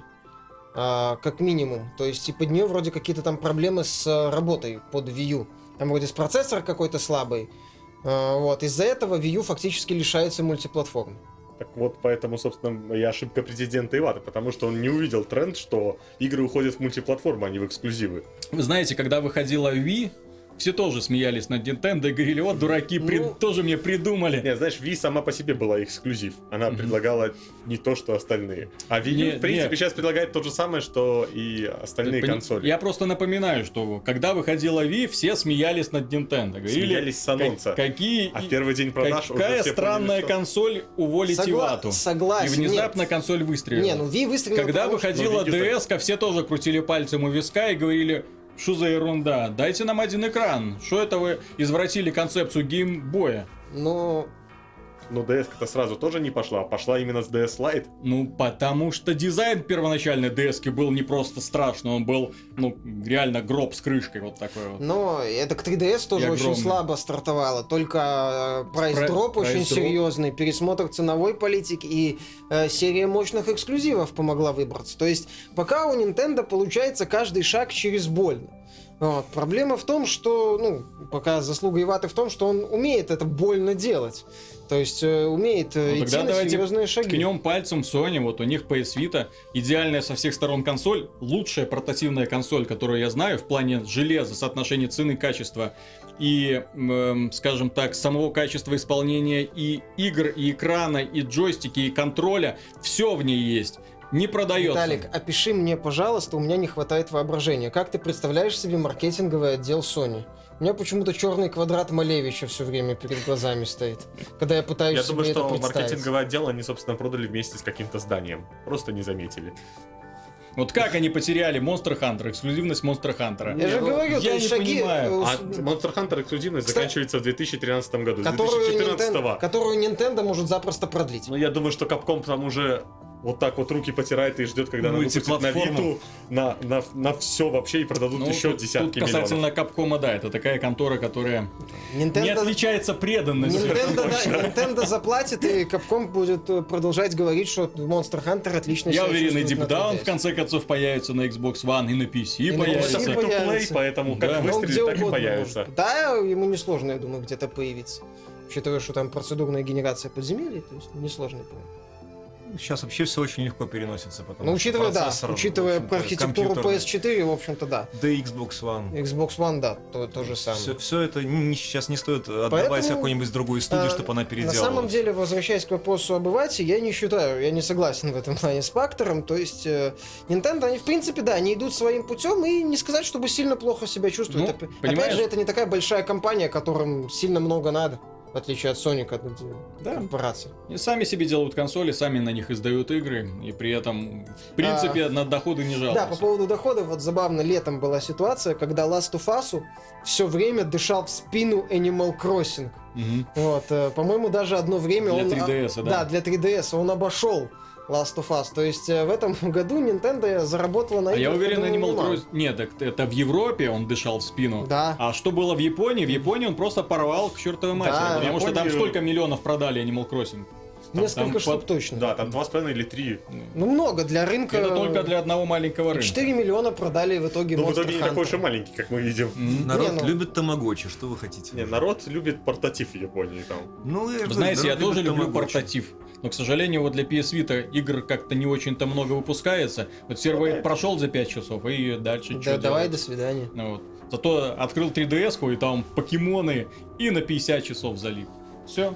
А, как минимум. То есть, и под нее вроде какие-то там проблемы с а, работой под Wii U. Там вроде с процессор какой-то слабый. А, вот. Из-за этого Wii U фактически лишается мультиплатформ. Так вот, поэтому, собственно, и ошибка президента Ивата, потому что он не увидел тренд, что игры уходят в мультиплатформу, а не в эксклюзивы. Вы знаете, когда выходила Wii, все тоже смеялись над Nintendo и говорили, вот дураки, при- Ну, тоже мне придумали. Не, знаешь, Wii сама по себе была эксклюзив. Она Мгм. предлагала не то, что остальные. А Wii U, Не- в принципе, не. сейчас предлагает то же самое, что и остальные Пони- консоли. Я просто напоминаю, что когда выходила Wii, все смеялись над Nintendo. Говорили, Смеялись с анонса. «Как- какие, А в первый день продаж уже какая все странная поняли, что- консоль, уволить Согла- Ивату. Согласен. И внезапно нет. консоль выстрелила. Не, ну Wii выстрелила. Когда потому что- выходила ну, видео ди эс, все тоже крутили пальцем у виска и говорили, что за ерунда, дайте нам один экран. Что это вы извратили концепцию геймбоя? Ну, Но ди эс-ка-то сразу тоже не пошла, а пошла именно с ди эс Lite. Ну, потому что дизайн первоначальной ди эс-ки был не просто страшный, он был, ну, реально гроб с крышкой вот такой вот. но это к три ди эс тоже И очень огромный. слабо стартовало. Только Пра- прайс-дроп очень прайс-дроп. серьезный, пересмотр ценовой политики и э, серия мощных эксклюзивов помогла выбраться. То есть пока у Nintendo получается каждый шаг через больно. Вот. Проблема в том, что, ну, пока заслуга Иваты в том, что он умеет это больно делать. То есть э, умеет э, Ну, идти тогда на давайте серьезные шаги. ткнем пальцем в Sony, вот у них пи эс Vita, идеальная со всех сторон консоль, лучшая портативная консоль, которую я знаю в плане железа, соотношения цены-качества и, эм, скажем так, самого качества исполнения и игр, и экрана, и джойстики, и контроля, все в ней есть. Не продается. Виталик, опиши мне, пожалуйста, у меня не хватает воображения. Как ты представляешь себе маркетинговый отдел Sony? У меня почему-то черный квадрат Малевича все время перед глазами стоит, когда я пытаюсь Я себе думаю, это что представить. маркетинговый отдел они, собственно, продали вместе с каким-то зданием. Просто не заметили. Вот как они потеряли Monster Hunter, эксклюзивность Monster Hunter? Я же Ну, говорю, то я есть не шаги, понимаю. э, А с- Monster Hunter эксклюзивность Кстати, заканчивается в две тысячи тринадцатом году. С которую, две тысячи четырнадцатого. Nintendo, которую Nintendo может запросто продлить. Ну, я думаю, что Capcom там уже вот так вот руки потирает и ждет, когда она выпустит на Мультиплатформу. Виту, на, на, на все вообще и продадут Ну, еще тут- десятки тут касательно миллионов. Capcom, да, это такая контора, которая не Nintendo, отличается преданностью. Nintendo, да, Nintendo заплатит, и Capcom будет э, продолжать говорить, что Monster Hunter отлично Я себя уверен, и чувствует Deep на Down три ди эс. в конце концов появится на Xbox One и на пи си И на Ну, это появится. пи си free-to-play, появится. поэтому Да. как Ну, выстрелит, где так и угодно появится. может. Да, ему несложно, я думаю, где-то появиться. Учитывая, что там процедурная генерация подземелий, то есть несложно будет. Сейчас вообще все очень легко переносится, потому Ну, что учитывая, да, процессор, в учитывая общем-то, архитектуру компьютерный. пи эс четыре, в общем-то, да. Да и Xbox One. Xbox One, да, то, то же самое. Все, все это не- сейчас не стоит отдавать Поэтому, какой-нибудь другой студии, а, чтобы она На переделала. самом деле, возвращаясь к вопросу об Ивате, я не считаю, я не согласен в этом плане с Пактором. То есть, э, Nintendo, они, в принципе, да, они идут своим путем, и не сказать, чтобы сильно плохо себя чувствуют. Ну, Опя- Опять понимаешь- же, это не такая большая компания, которым сильно много надо, в отличие от Sony, как Да. корпорации. И сами себе делают консоли, сами на них издают игры, и при этом, в принципе, на доходы не Да, по жалуются. поводу дохода, вот забавно, летом была ситуация, когда Last of Us все время дышал в спину Animal Crossing. Мгм. Вот, э, по-моему, даже одно время Для он... три ди эс, да? Да, для три ди эс он обошел Last of Us. То есть э, в этом году Nintendo заработала на А я играх, уверен, думаю, Animal немало. Crossing... Нет, так это в Европе он дышал в спину. Да. А что было в Японии? В Японии он просто порвал к чертовой матери. Да, потому в что там Японии- сколько миллионов продали Animal Crossing? Несколько там штук под- точно. Да, там два с половиной или три. Ну, много для рынка. Это только для одного маленького рынка. четыре миллиона продали в итоге Но в Monster итоге не Hunter. такой уж и маленький, как мы видим. Мгм. Народ Не, ну- любит тамагочи, что вы хотите? Не, народ любит портатив в Японии там. Ну, я же Вы говорю, знаете, я народ тоже любит люблю тамагочи. портатив. Но, к сожалению, вот для пи эс Vita игр как-то не очень-то много выпускается. Вот сервер прошел за пять часов, и дальше Да, что давай, делать? до свидания. Ну вот. Зато открыл три ди эс-ку, и там покемоны, и на пятьдесят часов залип. Все.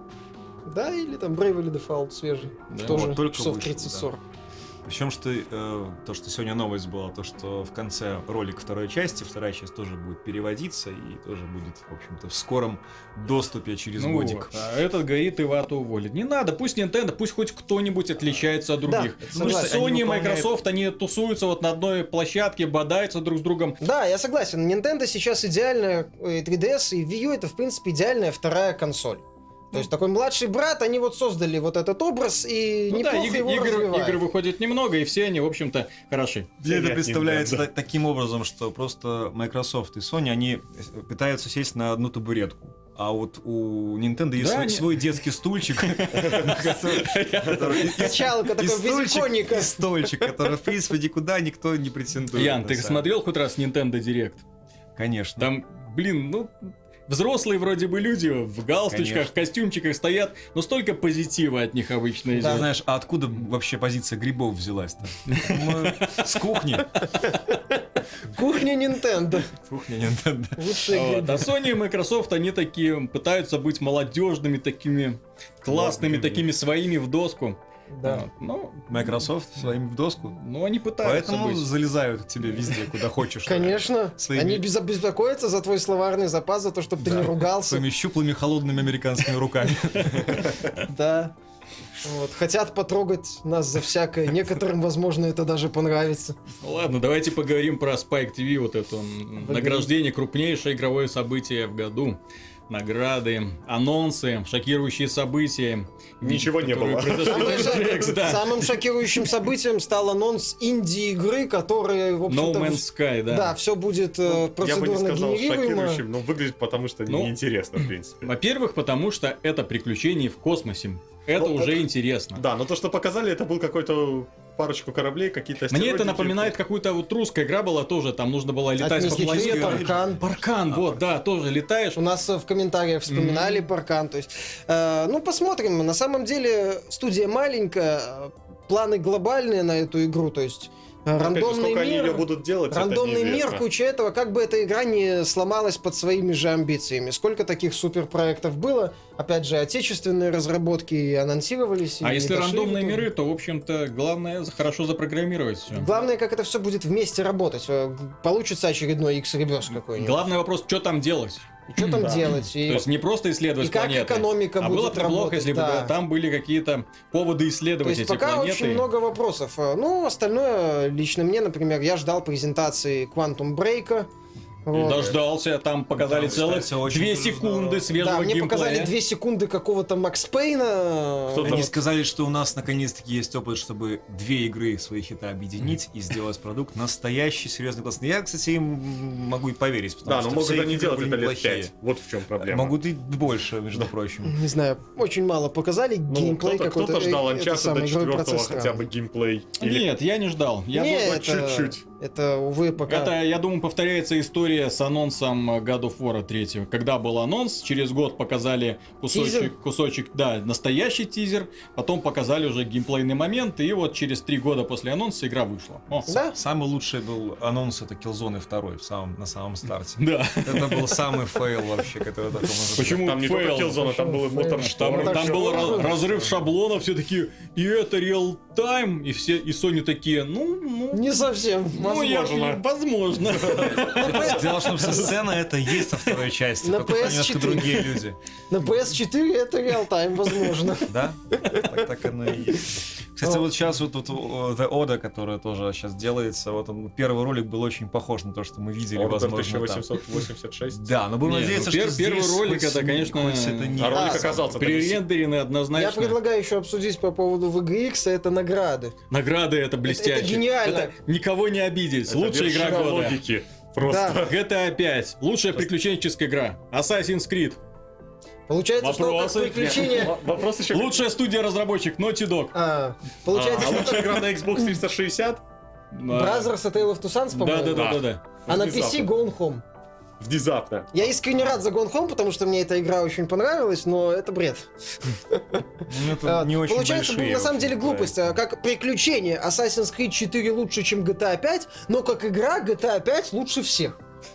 Да, или там Bravely Default свежий. Да. Тоже Вот, только часов вышел, тридцать-сорок. Причем, что э, то, что сегодня новость была, то, что в конце ролика второй части, вторая часть тоже будет переводиться и тоже будет, в общем-то, в скором доступе через Ну годик. вот. А этот говорит, Ивату уволит. Не надо, пусть Nintendo, пусть хоть кто-нибудь отличается от других. Да, Пусть согласен. Sony Они и выполняют- Microsoft, они тусуются вот на одной площадке, бодаются друг с другом. Да, я согласен. Nintendo сейчас идеальная, э, три ди эс и Wii U это, в принципе, идеальная вторая консоль. То есть такой младший брат, они вот создали вот этот образ и Ну да, неплохо иг- его игр, развивают. игр выходит немного, и все они, в общем-то, хороши. Мне это Нет, представляется Nintendo. та- таким образом, что просто Microsoft и Sony, они пытаются сесть на одну табуретку. А вот у Nintendo есть Да, свой, они- свой детский стульчик. который- и- и- Качалка и такой, стульчик, визиконика. и стульчик, который, в принципе, никуда никто не претендует. Ян, на ты самом- смотрел хоть раз Nintendo Direct? Конечно. Там, блин, ну, взрослые вроде бы люди в галстучках, Конечно. в костюмчиках стоят, но столько позитива от них обычно Ты идет. знаешь, а откуда вообще позиция грибов взялась-то? Мы С кухни. Кухня Nintendo. Кухня Nintendo. Лучшие Вот. грибы. А Sony и Microsoft, они такие пытаются быть молодежными, такими классными, Молодыми. такими своими в доску. Да. Вот. Ну, Microsoft своим в доску. ну, они пытаются Поэтому быть. залезают к тебе везде, куда хочешь. Конечно. Своими- Они без- беспокоятся за твой словарный запас, за то, чтобы ты не ругался. Своими щуплыми холодными американскими руками. Да. Вот. Хотят потрогать нас за всякое. Некоторым, возможно, это даже понравится. Ну ладно, давайте поговорим про Spike ти ви, вот это м, Погоди. награждение, крупнейшее игровое событие в году. Награды, анонсы, шокирующие события. Ничего не которые было. произошли Самым, в шок- Джекс, да. самым шокирующим событием стал анонс инди-игры, которая, в No общем-то, Man's в- Sky, да. да, все будет э, Я бы не процедурно сказал генерируемо. шокирующим, но выглядит потому, что Ну, неинтересно, в принципе. Во-первых, потому что это приключение в космосе. Это Ну, уже это- интересно. Да, но то, что показали, это был какой-то парочку кораблей, какие-то Мне это астероидики. напоминает какую-то вот русская игра была тоже, там нужно было летать по Отнесли планетам. Паркан. Паркан, вот, да, тоже летаешь. У нас э, в комментариях вспоминали Паркан. То есть, э, ну, посмотрим. На самом деле, студия маленькая, э, планы глобальные на эту игру. То есть, э, Опять же, рандомный сколько они ее мир, будут делать, рандомный это мир, неизвестно. куча этого, как бы эта игра не сломалась под своими же амбициями. Сколько таких суперпроектов было. Опять же, отечественные разработки и анонсировались. и А не если дошли в рандомные итоге. миры, то, в общем-то, главное хорошо запрограммировать все. Главное, как это все будет вместе работать. Э, Получится очередной X-ребёс какой-нибудь. Главный вопрос, что там делать? И что там Да. делать? И, То есть не просто исследовать и как планеты. экономика А будет было бы плохо, работать, если бы да. там были какие-то поводы То исследовать есть эти пока планеты. очень много вопросов. Ну, остальное, лично мне, например, я ждал презентации Quantum Break. Вот. Дождался, там показали Да, целых кстати, очень две тоже секунды здорово. свежего Да, мне геймплея. показали две секунды какого-то Макс Пейна. Кто-то Они Вот. сказали, что у нас наконец-таки есть опыт, чтобы две игры свои хита объединить и сделать продукт настоящий, серьезный, классный. Я, кстати, им могу и поверить, потому Да, что но могут все их они игры делать были это лет неплохие. пять. Вот в чем проблема. Могут и больше, между прочим. Не знаю, очень мало показали. Ну, геймплей кто-то, какой-то. кто-то ждал э, это Uncharted самый до игровой четвертого процесс хотя странный. бы геймплей. Или Нет, я не ждал. Я Не, бы- это, чуть-чуть. это, увы, пока... Это, я думаю, повторяется история с анонсом God of War третьего. Когда был анонс, через год показали Тизер? кусочек, кусочек, да, настоящий тизер, потом показали уже геймплейный момент, и вот через три года после анонса игра вышла. О. Да? Самый лучший был анонс, это Killzone два в самом, на самом старте. Да. Это был самый фейл вообще, который такой может быть. Почему там не фейл? только Killzone, там был и Почему Motor фейл? Там, Motor там был Storm. раз- разрыв шаблонов, все такие, и это реал тайм, и все, и Sony такие, ну, ну, Не совсем. ну, я- возможно. возможно. Дело в том, что сцена это есть во второй части, На только пи эс немножко четыре. другие люди. На пи эс четыре это реал-тайм, возможно. Да? Так, так оно и есть. Кстати, вот сейчас вот, вот о, The Order, которая тоже сейчас делается, вот он, первый ролик был очень похож на то, что мы видели, Order возможно, тысяча там. восемьсот восемьдесят шесть. Да, но будем Не, надеяться, ну, пер- что первый здесь ролик хоть- это, конечно, хоть это не А ролик А, оказался там Перерендерены Я однозначно. предлагаю еще обсудить по поводу ви джи икс, это награды. Награды это блестяще. это гениально. Это никого не обидеть. Это Лучшая игра вершина года. логики. Просто. джи ти эй пять. Лучшая приключенческая игра. Assassin's Creed. Получается, что как Вопросы? приключение... В- Вопрос еще. Лучшая студия разработчик Naughty Dog. А, получается, А что лучшая игра на Xbox триста шестьдесят Brothers A Tale of Two Sons, Да, по-моему. да, да, да, да. А на пи си Внезапно. Gone Home. Внезапно. Я искренне рад за Gone Home, потому что мне эта игра очень понравилась, но это бред. Ну, это А, не очень Получается, большие, на самом вообще, деле глупость. проекты. А, Как приключение Assassin's Creed четыре лучше, чем джи ти эй пять, но как игра джи ти эй пять лучше всех.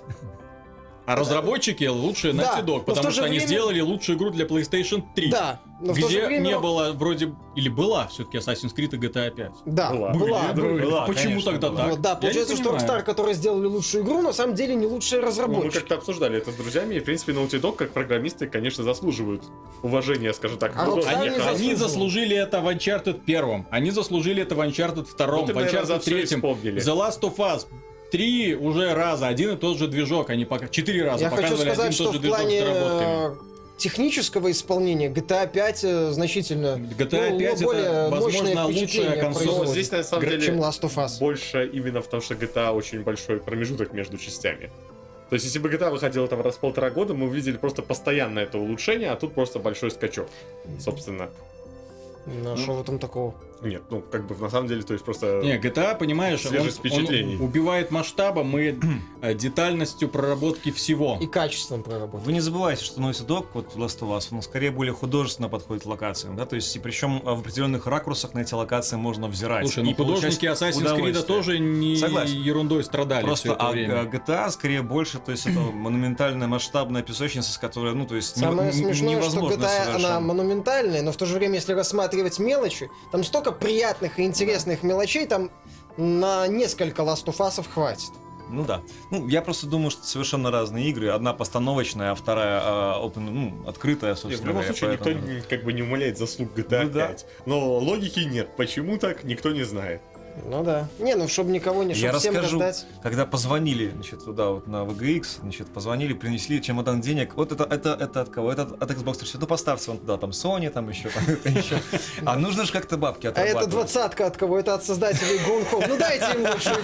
А разработчики лучшие Да, Naughty но Dog, в потому то что же они время- сделали лучшую игру для PlayStation три. Да, но в то же Где время... не было вроде... Или была все-таки Assassin's Creed и джи ти эй пять. Да, Была. была. Были. была, Почему конечно, тогда была. так? Вот, да, Я не получается, что понимаю. Rockstar, которые сделали лучшую игру, на самом деле не лучшие Ну, мы разработчики. как-то обсуждали это с друзьями, и, в принципе, Naughty Dog, как программисты, конечно, заслуживают уважения, скажем так. А художников. Rockstar Они, не они заслуживают. заслужили это в Uncharted первом, они заслужили это в Uncharted втором, Ну, ты, в наверное, за Uncharted всё третьем, вспомнили. The Last of Us три уже раза, один и тот же движок, они пока четыре раза Я хочу показывали один сказать, и тот что же в движок плане с доработками. э, технического исполнения джи ти эй пять э, значительно джи ти эй ну, пять более это, возможно, мощное лучшая впечатление консоль. производит, Ну, здесь, на самом Гра- деле, чем Last of Us. больше именно в том, что джи ти эй очень большой промежуток между частями. То есть, если бы джи ти эй выходила там раз в полтора года, мы увидели просто постоянное это улучшение, а тут просто большой скачок, собственно. Ну, а что в этом такого? Нет, ну, как бы, на самом деле, то есть, просто... Не, джи ти эй, понимаешь, он, Свежесть впечатлений. он убивает масштабом и э, детальностью проработки всего. И качеством проработки. Вы не забывайте, что Naughty Dog, вот Last of Us, он скорее более художественно подходит к локациям, да, то есть и причем в определенных ракурсах на эти локации можно взирать. Слушай, и ну художники получать Assassin's Creed удовольствие. тоже не Согласен. ерундой страдали все Просто это а, время. а джи ти эй скорее больше, то есть это монументальная масштабная песочница, с которой, ну, то есть не- Самое не- смешное, что невозможно джи ти эй, она совершенно. монументальная, но в то же время, если рассматривать мелочи, там столько приятных и интересных мелочей, там на несколько Last of Us'ов хватит. Ну да. Ну, я просто думаю, что это совершенно разные игры. Одна постановочная, а вторая а, open, ну, открытая, Нет, собственно в любом говоря, случае, поэтому- никто как бы не умаляет заслуг джи ти эй Ну да. пять. Но логики нет. Почему так, никто не знает. Ну да. Не, ну чтобы никого не, Я чтобы всем расскажу, раздать. когда позвонили, значит, туда вот на ви джи икс, значит, позвонили, принесли чемодан денег. Вот это, это, это от кого? Это от, от Xbox тридцать. Ну, поставьте вон туда, там, Sony, там еще, там, это еще. А нужно же как-то бабки А отрабатывать. это двадцатка от кого? Это от создателей Gone Home. Ну дайте им лучшую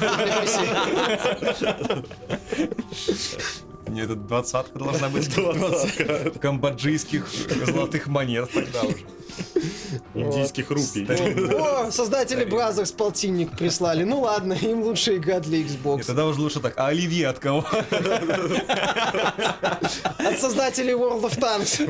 игру для пи си. Нет, это двадцатка должна быть. Двадцатка. Камбоджийских золотых монет тогда уже. Индийских рупий. О, создатели Brothers полтинник прислали. Ну ладно, им лучшая игра для И Xbox. тогда уже лучше так, а оливье от кого? От создателей World of Tanks.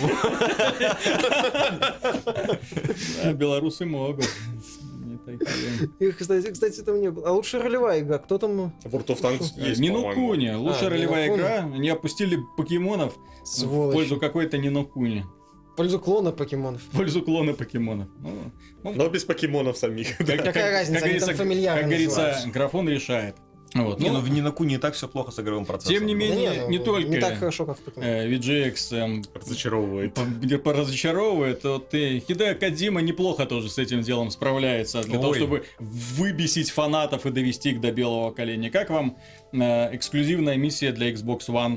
Да, белорусы могут. Не такие. Их, кстати, кстати, там не было. А лучшая ролевая игра, кто там? World of Tanks есть, Ни по-моему. ну Куни. Лучшая А, ролевая Ни ну Куни. игра. Они опустили покемонов в Сволочи. пользу какой-то Ни ну Куни. В пользу клона покемонов. В пользу клона покемонов. Ну, ну, Но без покемонов самих. как- Какая как- разница, как они там говорится, фамильяры Как говорится, называются. графон решает. Вот. Не, Ну, ну в Нинаку не так все плохо с игровым процессом. Тем не Да менее, ну, не только Не так хорошо, как в покемонах. э, ви джи экс эм, Разочаровывает. по- где поразочаровывает, вот и Хидео Кодзима неплохо тоже с этим делом справляется, для того, Ой. чтобы выбесить фанатов и довести их до белого коленя. Как вам э, эксклюзивная миссия для Xbox One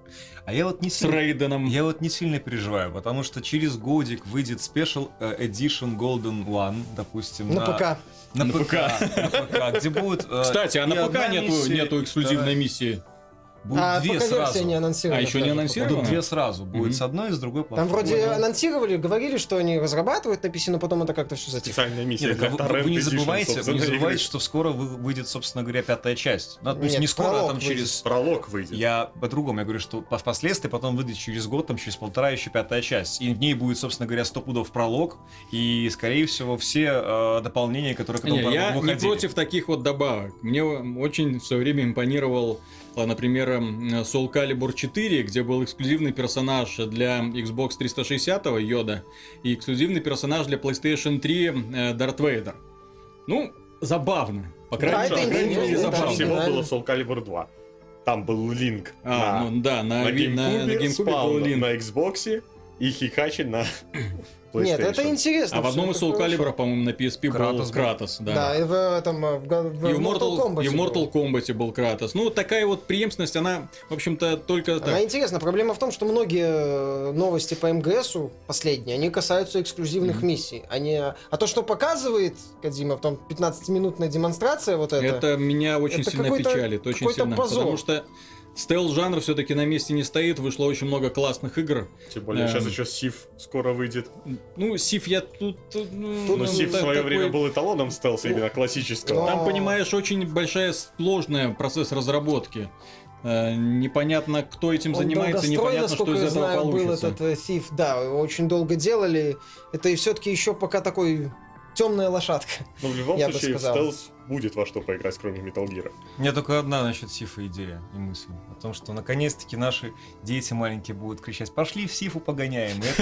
А я вот не с сильно... Рейденом? Я вот не сильно переживаю, потому что через годик выйдет Special э, Edition Golden One, допустим, На ПК. На На ПК, ПК. на ПК, где будет... э, Кстати, а и на ПК одна нету, миссия, нету и эксклюзивной вторая. миссии. Будет А две ПК-версия сразу. не анонсирована. А, еще не даже, анонсирована? Будут две сразу. Будет Мгм. с одной и с другой Там платформы. вроде Понял. анонсировали, говорили, что они разрабатывают на пи си, но потом это как-то все затихло. Специальная миссия Нет, для вы, Torrent вы не Edition, забывайте, вы не собственно, забывайте, игры. что скоро вы- выйдет, собственно говоря, пятая часть. Ну, то есть Нет, не скоро, а пролог там выйдет. через... Пролог выйдет. Я по-другому, я говорю, что по- впоследствии потом выйдет через год, там через полтора еще пятая часть. И в ней будет, собственно говоря, сто пудов пролог, и, скорее всего, все э, дополнения, которые к этому Не, я прологу не выходили. против таких вот добавок. Мне очень в свое время импонировал, а, например, м, Soul Calibur четыре, где был эксклюзивный персонаж для Xbox триста шестьдесят Йода и эксклюзивный персонаж для PlayStation три э, Дарт Вейдер. Ну, забавно. По крайней, Да, это по крайней мере, интересно, Лучше да. забавно. всего оригинально. было в Soul Calibur два. Там был Линк А, на, ну да, на, на ви- на, на GameCube, GameCube спал был на, Линк. на Xbox и Хикачи на PlayStation. Нет, это интересно. А в одном из всё Soul это хорошо. Calibur, по-моему, на пи эс пи был Кратос был. Кратос. Да. Да, и в этом, э, в, га- в И в Mortal, Kombat и в Mortal был. Kombat был Кратос. Ну, такая вот преемственность, она, в общем-то, только Она так. интересна. Проблема в том, что многие э, новости по МГСу последние, они касаются эксклюзивных миссий. Они... А то, что показывает Кодзима, в том пятнадцатиминутная демонстрация вот эта, Это меня очень это сильно какой-то- печалит, очень какой-то сильно. позор. Потому что стелс-жанр все-таки на месте не стоит, вышло очень много классных игр. Тем более, Эм. сейчас еще Сив скоро выйдет. Ну, Сиф я тут... э, Ну, Но ну, Сив в та- свое такой- время был эталоном стелса, именно классического. Но- Там, понимаешь, очень большая сложная процесс разработки. Э, Непонятно, кто этим Он занимается, долгострой, непонятно, что насколько из я этого знаю, был получится. этот э, Thief, да, его очень долго делали. Это и все-таки еще пока такой темная лошадка. Но в любом Я бы случае, в сказал. стелс будет во что поиграть, кроме Metal Gear. У меня только одна насчет Сифа идея и мысль. О том, что наконец-таки наши дети маленькие будут кричать: пошли в Сифу погоняем. И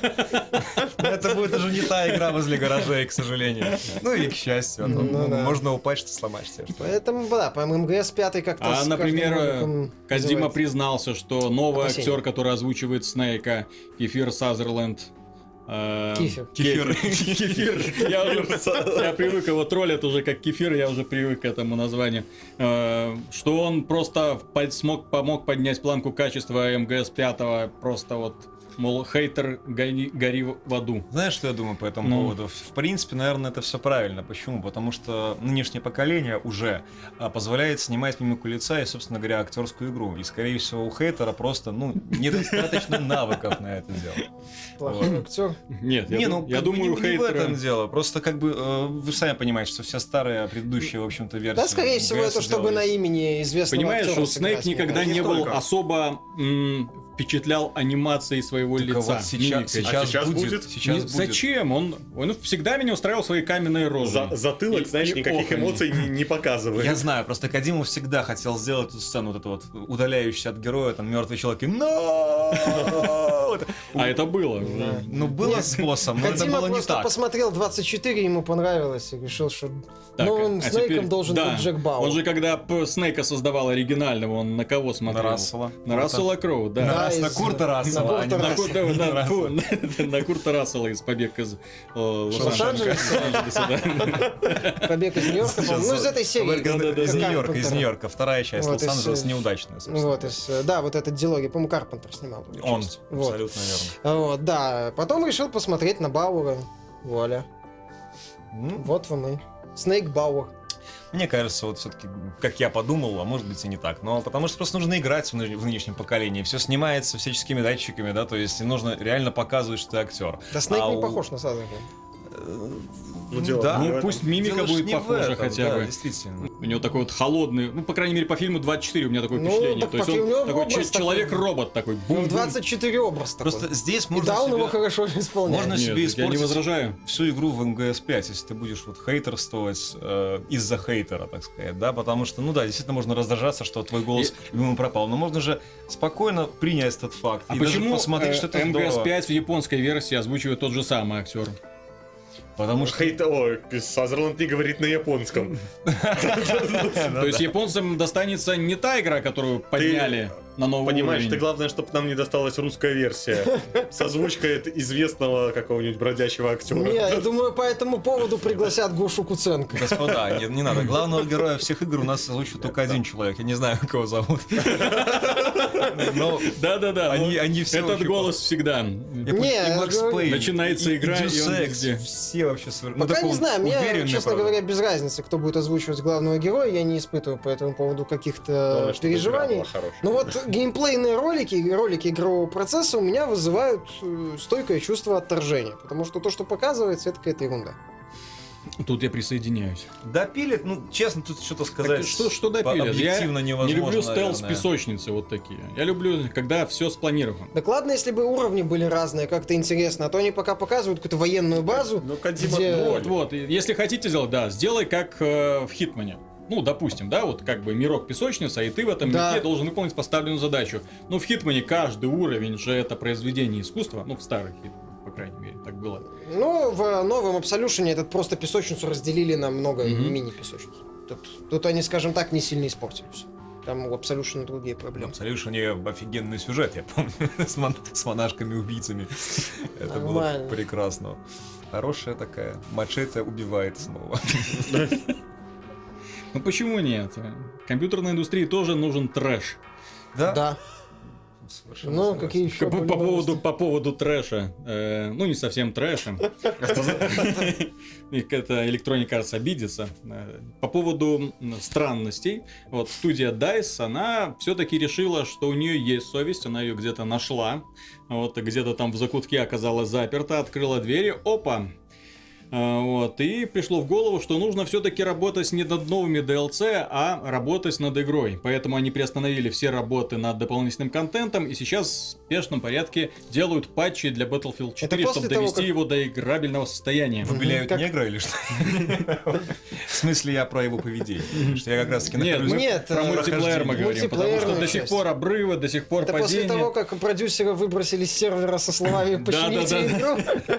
Это это будет уже не та игра возле гаражей, к сожалению. Ну или к счастью. а то Ну да. Можно упасть, что сломать себе. что-то. Поэтому, да, по МГС пятый как-то А, с например, каждым роликом Кодзима называется. признался, что новый Опасения. актер, который озвучивает Снейка, Кефир Сазерленд. э, Кефир. Кефир. Кефир. Я уже- я привык, его троллят уже как Кефир, я уже привык к этому названию. Э, Что он просто под- смог, помог поднять планку качества МГС пятого, просто вот, мол, хейтер, гори, гори в аду. Знаешь, что я думаю по этому Ну. поводу? В принципе, наверное, это все правильно. Почему? Потому что нынешнее поколение уже а, позволяет снимать мимику лица и, собственно говоря, актерскую игру. И, скорее всего, у хейтера просто, ну, недостаточно навыков на это дело. Плохой актер. Нет, я, не, ду- ну, я как бы думаю, не, не в хейтера... этом дело. Просто как бы э, вы сами понимаете, что все старые, предыдущие, в общем-то, версии. Да, скорее всего, МГС это чтобы на делались. имени известного Понимаешь, актера что Снейк сыграть, мне никогда кажется. не не был только. особо м, впечатлял анимацией своего Так лица. вот сейчас, мимикой. сейчас, А сейчас будет, будет? Сейчас Не- будет. Зачем? Он, он всегда меня устраивал своей каменной рожей. За- затылок, И- знаешь, и никаких оханье. эмоций не, не показывает. Я знаю, просто Кодзима всегда хотел сделать эту сцену, вот эту вот удаляющуюся от героя, там мертвый человек и «Но!» А это было. Да. Ну, было Нет, с боссом, но это Кодзима было не просто так. посмотрел двадцать четыре, ему понравилось, и решил, что Так, новым а Снейком теперь- должен да, быть Джек Бауэр. Он же когда п- Снейка создавал оригинального, он на кого На смотрел? Рассела. На Рассела Кроу, На, да. Да, Рас- на из- Курта на Рассела, а не Курта на На, Рассела. Курта- на на- Рассела. на Курта Рассела из «Побег из э, Лос-Анджелеса». Лос-Анджелеса? Лос-Анджелеса, да. Побег из Нью-Йорка, по-моему. Ну, из этой серии. Побег из- Да-да-да, из как Нью-Йорка, из Карпентера. Нью-Йорка. Вторая часть Вот, из, Лос-Анджелес э, неудачная, собственно. Вот, из, э, да, вот этот дилогия, по-моему, Карпентер снимал. эту Он, часть. Вот. абсолютно верно. Вот, да. Потом решил посмотреть на Бауэра. Вуаля. Ну, Вот вам и. Снейк Бауэр. Мне кажется, вот все-таки, как я подумал, а может быть и не так, но потому что просто нужно играть в, ны- в нынешнем поколении. Все снимается всяческими датчиками, да, то есть нужно реально показывать, что ты актер. Да Снейк А не у- похож на Сазерленд. Ну, дело да, не в Ну этом. пусть мимика Дело ж будет не в похожа этом, хотя да, бы. действительно. У него такой вот холодный, ну, по крайней мере, по фильму двадцать четыре у меня такое Ну, впечатление. так То есть по он фильму такой образ че- такой. человек-робот такой. Ну, Бум-бум. в двадцать четыре образ такой. Просто здесь И можно да, он его себе- хорошо исполняет. Можно Нет, себе я не испортить возражаю. всю игру в эм гэ эс пять, если ты будешь вот хейтерствовать э, из-за хейтера, так сказать, да, потому что, ну да, действительно можно раздражаться, что твой голос любимый пропал, но можно же спокойно принять этот факт А и даже почему посмотреть, что это эм гэ эс здорово. пять в японской версии озвучивает тот же самый актер? Потому что... Хейт, ой, Сазерленд не говорит на японском. То есть японцам достанется не та игра, которую подняли на новый Понимаешь, ты уровень. главное, чтобы нам не досталась русская версия с озвучкой от известного какого-нибудь бродячего актера. Не, я думаю, по этому поводу пригласят Гошу Куценко. Господа, не, не надо. Главного героя всех игр у нас озвучивает только один человек. Я не знаю, как его зовут. Но Да-да-да, Они- вот они все этот очень голос всегда. я Не, помню, и я Макс говорю, Пейн, начинается и- и игра, и Deus он Ex, везде. все вообще совер- ну, Пока такой не знаю, мне, уверенный, честно правда. говоря, без разницы, кто будет озвучивать главного героя, я не испытываю по этому поводу каких-то Главное, чтобы игра переживаний. была хорошая. Ну вот геймплейные ролики, ролики игрового процесса у меня вызывают э, стойкое чувство отторжения, потому что то, что показывается, это какая-то ерунда. Тут я присоединяюсь. Допилит, ну, честно, тут что-то сказать Так что, что по- допилят? Я объективно не невозможно, люблю стелс наверное. песочницы вот такие. Я люблю, когда все спланировано. Так ладно, если бы уровни были разные, как-то интересно, а то они пока показывают какую-то военную базу. Ну, Кодзима где- ноль. Вот, вот. И если хотите сделать, да, сделай как э, в Хитмане. Ну, допустим, да, вот как бы мирок песочница, и ты в этом Да. мирке должен выполнить поставленную задачу. Ну, в Хитмане каждый уровень же это произведение искусства. Ну, в старых Хитманах, по крайней мере, так было. Ну, в новом Абсолюшене этот просто песочницу разделили на много Мгм. мини-песочниц. Тут, тут они, скажем так, не сильно испортились. Там у Absolution другие В проблемы. Absolution офигенный сюжет, я помню, с, мон- с монашками-убийцами. Это было Нормально. прекрасно. Хорошая такая. Мачете убивает снова. Ну, почему нет? Компьютерной индустрии тоже нужен трэш. Да? Да. Совершенно Ну, согласен. какие еще По, по были поводу, новости? по поводу трэша. Э, ну, не совсем трэша. И это Electronic Arts обидится. Э, По поводу м, странностей. Вот студия дайс, она все-таки решила, что у нее есть совесть, она ее где-то нашла. Вот, где-то там в закутке оказалась заперта, открыла двери, опа! А, Вот, и пришло в голову, что нужно все-таки работать не над новыми ди эл си, а работать над игрой. Поэтому они приостановили все работы над дополнительным контентом и сейчас в спешном порядке делают патчи для Battlefield четыре, после чтобы того, довести как- его до играбельного состояния. Побеляют Как- негра или что? В смысле, я про его поведение. Потому что я как раз таки Нет, нахожусь- мы Нет, про э, мультиплеер мы говорим, потому что мультиплеерную до сих часть. пор обрывы, до сих пор Это после падения. того, как продюсера выбросили с сервера со словами «почините игру».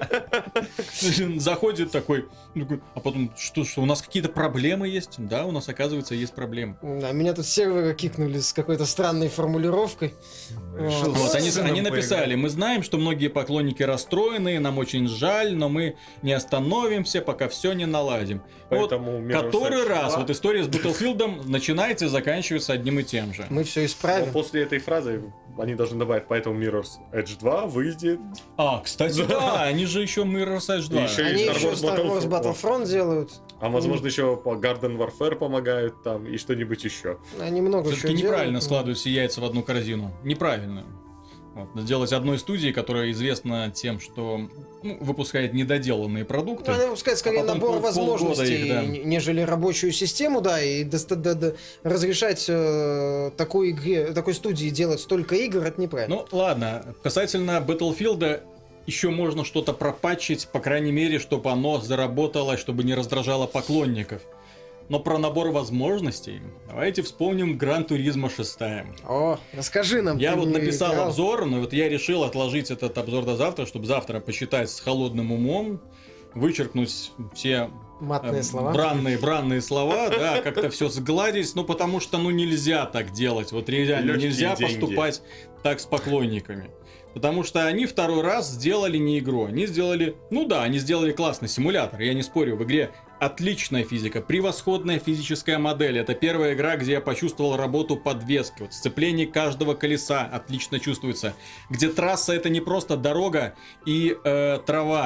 Заходит такой, такой, а потом, что, что, у нас какие-то проблемы есть? Да, у нас, оказывается, есть проблемы. Да, меня тут с сервера кикнули с какой-то странной формулировкой. Решил Вот, с они, сыном они написали, поиграть. мы знаем, что многие поклонники расстроены, нам очень жаль, но мы не остановимся, пока все не наладим. Поэтому вот, Mirror's который Edge раз, два. вот история с Battlefield начинается и заканчивается одним и тем же. Мы все Но исправим. после этой фразы они должны добавить, поэтому Mirror's Edge два выйдет. А, кстати, да, они же еще Mirror's Edge два. Еще Они и Star еще Wars Star Wars Battlefront. Battlefront делают. А возможно еще по Garden Warfare помогают там и что-нибудь еще. Они много чего Все-таки неправильно делают. складывать все яйца в одну корзину. Неправильно. Вот, надо делать одной студии, которая известна тем, что ну, выпускает недоделанные продукты. Ну, они выпускают скорее А потом набор пол- полгода возможностей, их, да. н- нежели рабочую систему, да, и доста- да- да- разрешать э, такой игре, такой студии делать столько игр, это неправильно. Ну, ладно, касательно Battlefield еще можно что-то пропатчить, по крайней мере, чтобы оно заработало, чтобы не раздражало поклонников. Но про набор возможностей давайте вспомним Gran Turismo шесть. О, расскажи нам. Я ты вот не написал играл. обзор, но вот я решил отложить этот обзор до завтра, чтобы завтра почитать с холодным умом, вычеркнуть все Матные э, слова. бранные, бранные слова, да, как-то все сгладить, ну потому что, ну нельзя так делать, вот реально Лёгкие нельзя деньги. поступать так с поклонниками. Потому что они второй раз сделали не игру, они сделали, ну да, они сделали классный симулятор, я не спорю, в игре отличная физика, превосходная физическая модель. Это первая игра, где я почувствовал работу подвески, вот сцепление каждого колеса отлично чувствуется, где трасса это не просто дорога и э, трава,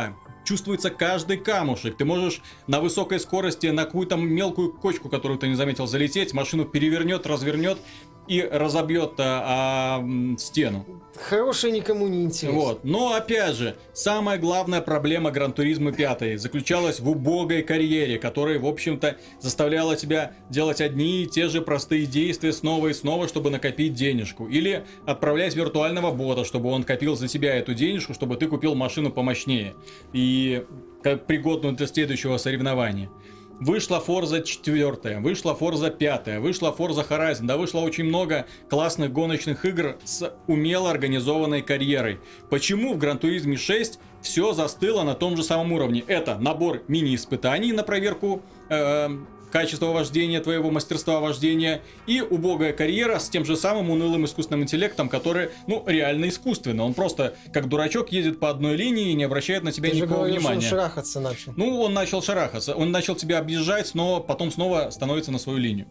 чувствуется каждый камушек. Ты можешь на высокой скорости на какую-то мелкую кочку, которую ты не заметил, залететь, машину перевернет, развернет и разобьет а, а, стену. Хорошее никому не интересно. Вот. Но опять же, самая главная проблема Гран-туризмо пять заключалась в убогой карьере, которая, в общем-то, заставляла тебя делать одни и те же простые действия снова и снова, чтобы накопить денежку. Или отправлять виртуального бота, чтобы он копил за тебя эту денежку, чтобы ты купил машину помощнее и как пригодную для следующего соревнования. Вышла Forza четыре, вышла Forza пять, вышла Forza Horizon, да вышло очень много классных гоночных игр с умело организованной карьерой. Почему в Gran Turismo шесть все застыло на том же самом уровне? Это набор мини-испытаний на проверку э, качества вождения, твоего мастерства вождения, и убогая карьера с тем же самым унылым искусственным интеллектом, который, ну, реально искусственно. Он просто, как дурачок, едет по одной линии и не обращает на тебя Ты никакого же говорил, внимания. что он шарахаться начал. Ну, он начал шарахаться, он начал тебя объезжать, но потом снова становится на свою линию.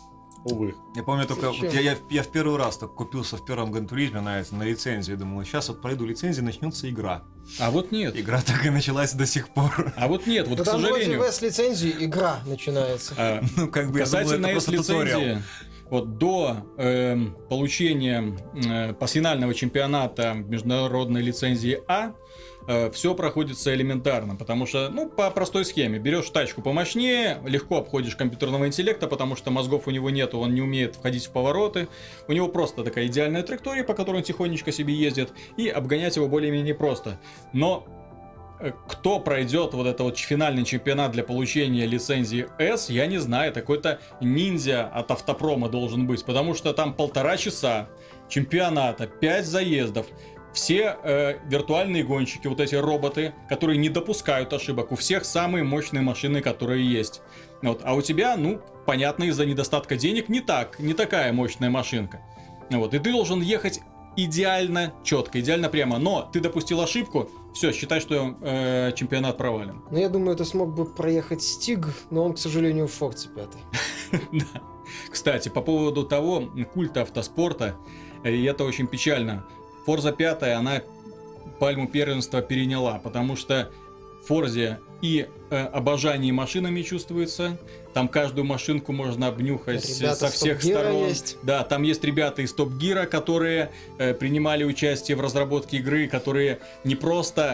Увы. Я помню только, Зачем? вот я, я, я в первый раз так купился в первом Гран-туризме на, на лицензию, думал, сейчас вот пройду лицензию, начнется игра. А вот нет. Игра так и началась до сих пор. А вот нет, вот, Да к там вроде сожалению. в эс-лицензии игра начинается. а, Ну, как бы я думал, Касательно это просто туториал. S-лицензии, вот до эм, получения э, посфинального чемпионата международной лицензии А, все проходится элементарно, потому что, ну, по простой схеме. Берешь тачку помощнее, легко обходишь компьютерного интеллекта, потому что мозгов у него нету, он не умеет входить в повороты. У него просто такая идеальная траектория, по которой он тихонечко себе ездит, и обгонять его более-менее просто. Но э, кто пройдет вот это вот финальный чемпионат для получения лицензии S, я не знаю, это какой-то ниндзя от автопрома должен быть, потому что там полтора часа чемпионата, пять заездов. Все э, виртуальные гонщики, вот эти роботы, которые не допускают ошибок, у всех самые мощные машины, которые есть. Вот. А у тебя, ну, понятно, из-за недостатка денег не так, не такая мощная машинка. Вот. И ты должен ехать идеально четко, идеально прямо. Но ты допустил ошибку, все, считай, что э, чемпионат провален. Ну, я думаю, это смог бы проехать Стиг, но он, к сожалению, в Форте пятый. Да. Кстати, по поводу того культа автоспорта, и это очень печально. Forza пять, она пальму первенства переняла, потому что в Forza и э, обожание машинами чувствуется. Там каждую машинку можно обнюхать Ребята со с всех Топ Гира сторон. есть. Да, там есть ребята из Топ Гира, которые э, принимали участие в разработке игры, которые не просто,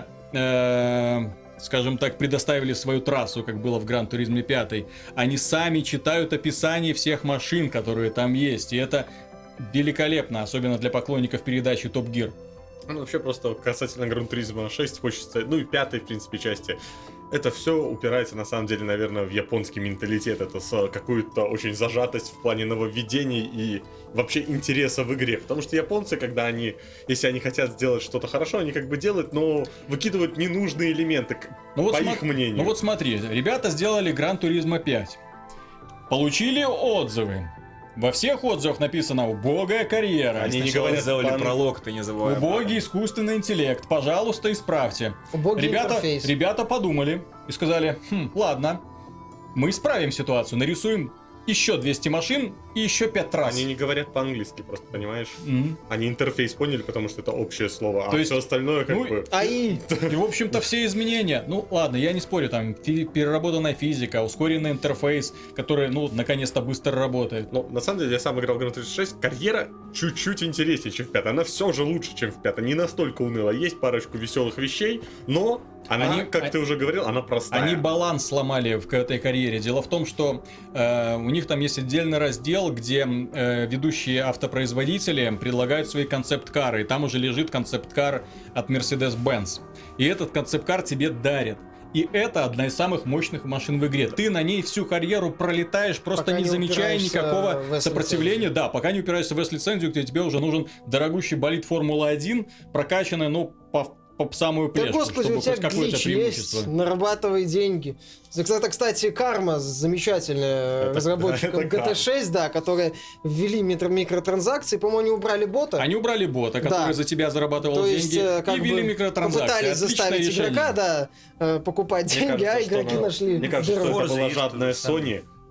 э, скажем так, предоставили свою трассу, как было в Gran Turismo пять. Они сами читают описание всех машин, которые там есть. И это великолепно, особенно для поклонников передачи Топ Гир. Ну, вообще просто касательно Gran Turismo шесть хочется, ну и пятой, в принципе, части. Это все упирается, на самом деле, наверное, в японский менталитет. Это с какую-то очень зажатость в плане нововведений и вообще интереса в игре. Потому что японцы, когда они, если они хотят сделать что-то хорошо, они как бы делают, но выкидывают ненужные элементы, Ну вот по смо- их мнению. Ну вот смотри, ребята сделали Gran Turismo пять. Получили отзывы. Во всех отзывах написано «убогая карьера». Они не Сначала говорят сделали пан- пролог, ты не забывай. Убогий искусственный интеллект. Пожалуйста, исправьте. Убогий Ребята, интерфейс. ребята подумали и сказали: хм, ладно, мы исправим ситуацию, нарисуем еще двести машин и еще пять трасс. Они не говорят по-английски, просто, понимаешь? Мгм. Они интерфейс поняли, потому что это общее слово, а То есть, все остальное как ну, бы... АИ. И, в общем-то, все изменения, ну, ладно, я не спорю, там, фи- переработанная физика, ускоренный интерфейс, который, ну, наконец-то быстро работает. Но на самом деле я сам играл в Gran Turismo шесть, карьера чуть-чуть интереснее, чем в пятой. Она все же лучше, чем в пятой, не настолько уныла. Есть парочку веселых вещей, но она, Они- как а- ты уже говорил, она простая. Они баланс сломали в этой карьере. Дело в том, что э, у них там есть отдельный раздел, где э, ведущие автопроизводители предлагают свои концепт-кары, и там уже лежит концепт-кар от Mercedes-Benz. И этот концепт-кар тебе дарят. И это одна из самых мощных машин в игре. Ты на ней всю карьеру пролетаешь, просто Пока не не замечая упираешься никакого в эс-лицензию. сопротивления. Да, пока не упираешься в эс-лицензию, где тебе уже нужен дорогущий болид Формула один, прокачанный, ну, по, по самую Да плешку, господи, чтобы у тебя хоть какое-то глич преимущество. есть, нарабатывай деньги. Это, кстати, Карма замечательная, Это- разработчиком это джи ти шесть, да, которые ввели микро- микротранзакции, по-моему, они убрали бота. Они убрали бота, который Да. за тебя зарабатывал То деньги, есть, э, как и ввели бы микротранзакции. попытались Отличное заставить решение. игрока, да, э, покупать Мне деньги, кажется, а что игроки она- нашли Мне кажется, дыру. что это Forza была есть жадная то же самое. Sony.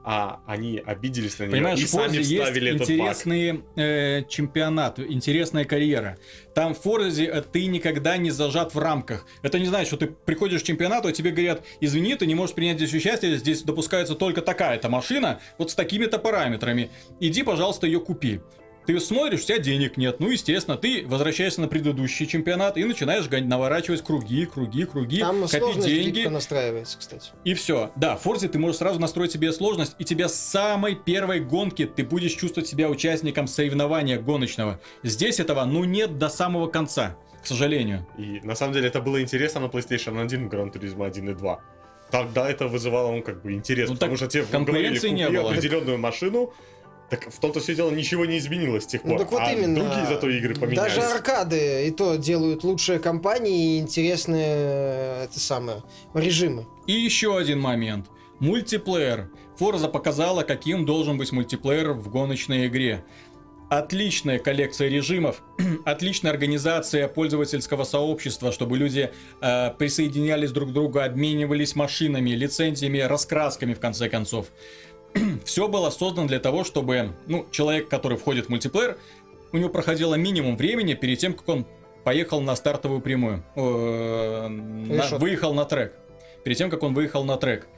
а они обиделись на нее Понимаешь, и в сами Forza есть вставили этот баг. интересные э, чемпионаты, интересная карьера. Там в Forza ты никогда не зажат в рамках. Это не значит, что ты приходишь к чемпионату, а тебе говорят: извини, ты не можешь принять здесь участие, здесь допускается только такая-то машина, вот с такими-то параметрами. Иди, пожалуйста, ее купи. Ты смотришь, у тебя денег нет. Ну, естественно, ты возвращаешься на предыдущий чемпионат и начинаешь гонять, наворачивать круги, круги, круги, Там копить сложность деньги. гибко настраивается, кстати. И все. Да, в Forza ты можешь сразу настроить себе сложность, и тебя с самой первой гонки ты будешь чувствовать себя участником соревнования гоночного. Здесь этого, ну, нет до самого конца, к сожалению. И на самом деле это было интересно на PlayStation один в Gran Turismo один и два. Тогда это вызывало, ну, как бы интерес, Ну, потому так что тебе конкуренции говорили, не купи было. определенную машину. Так в том-то все дело, ничего не изменилось с тех пор. Ну так вот а именно. другие зато игры поменялись. Даже аркады и то делают лучшие компании и интересные, это самое, режимы. И еще один момент. Мультиплеер. Forza показала, каким должен быть мультиплеер в гоночной игре. Отличная коллекция режимов, отличная организация пользовательского сообщества, чтобы люди э, присоединялись друг к другу, обменивались машинами, лицензиями, раскрасками, в конце концов. Все было создано для того, чтобы, ну, человек, который входит в мультиплеер, у него проходило минимум времени перед тем, как он поехал на стартовую прямую, э, на, выехал на трек. Перед тем, как он выехал на трек.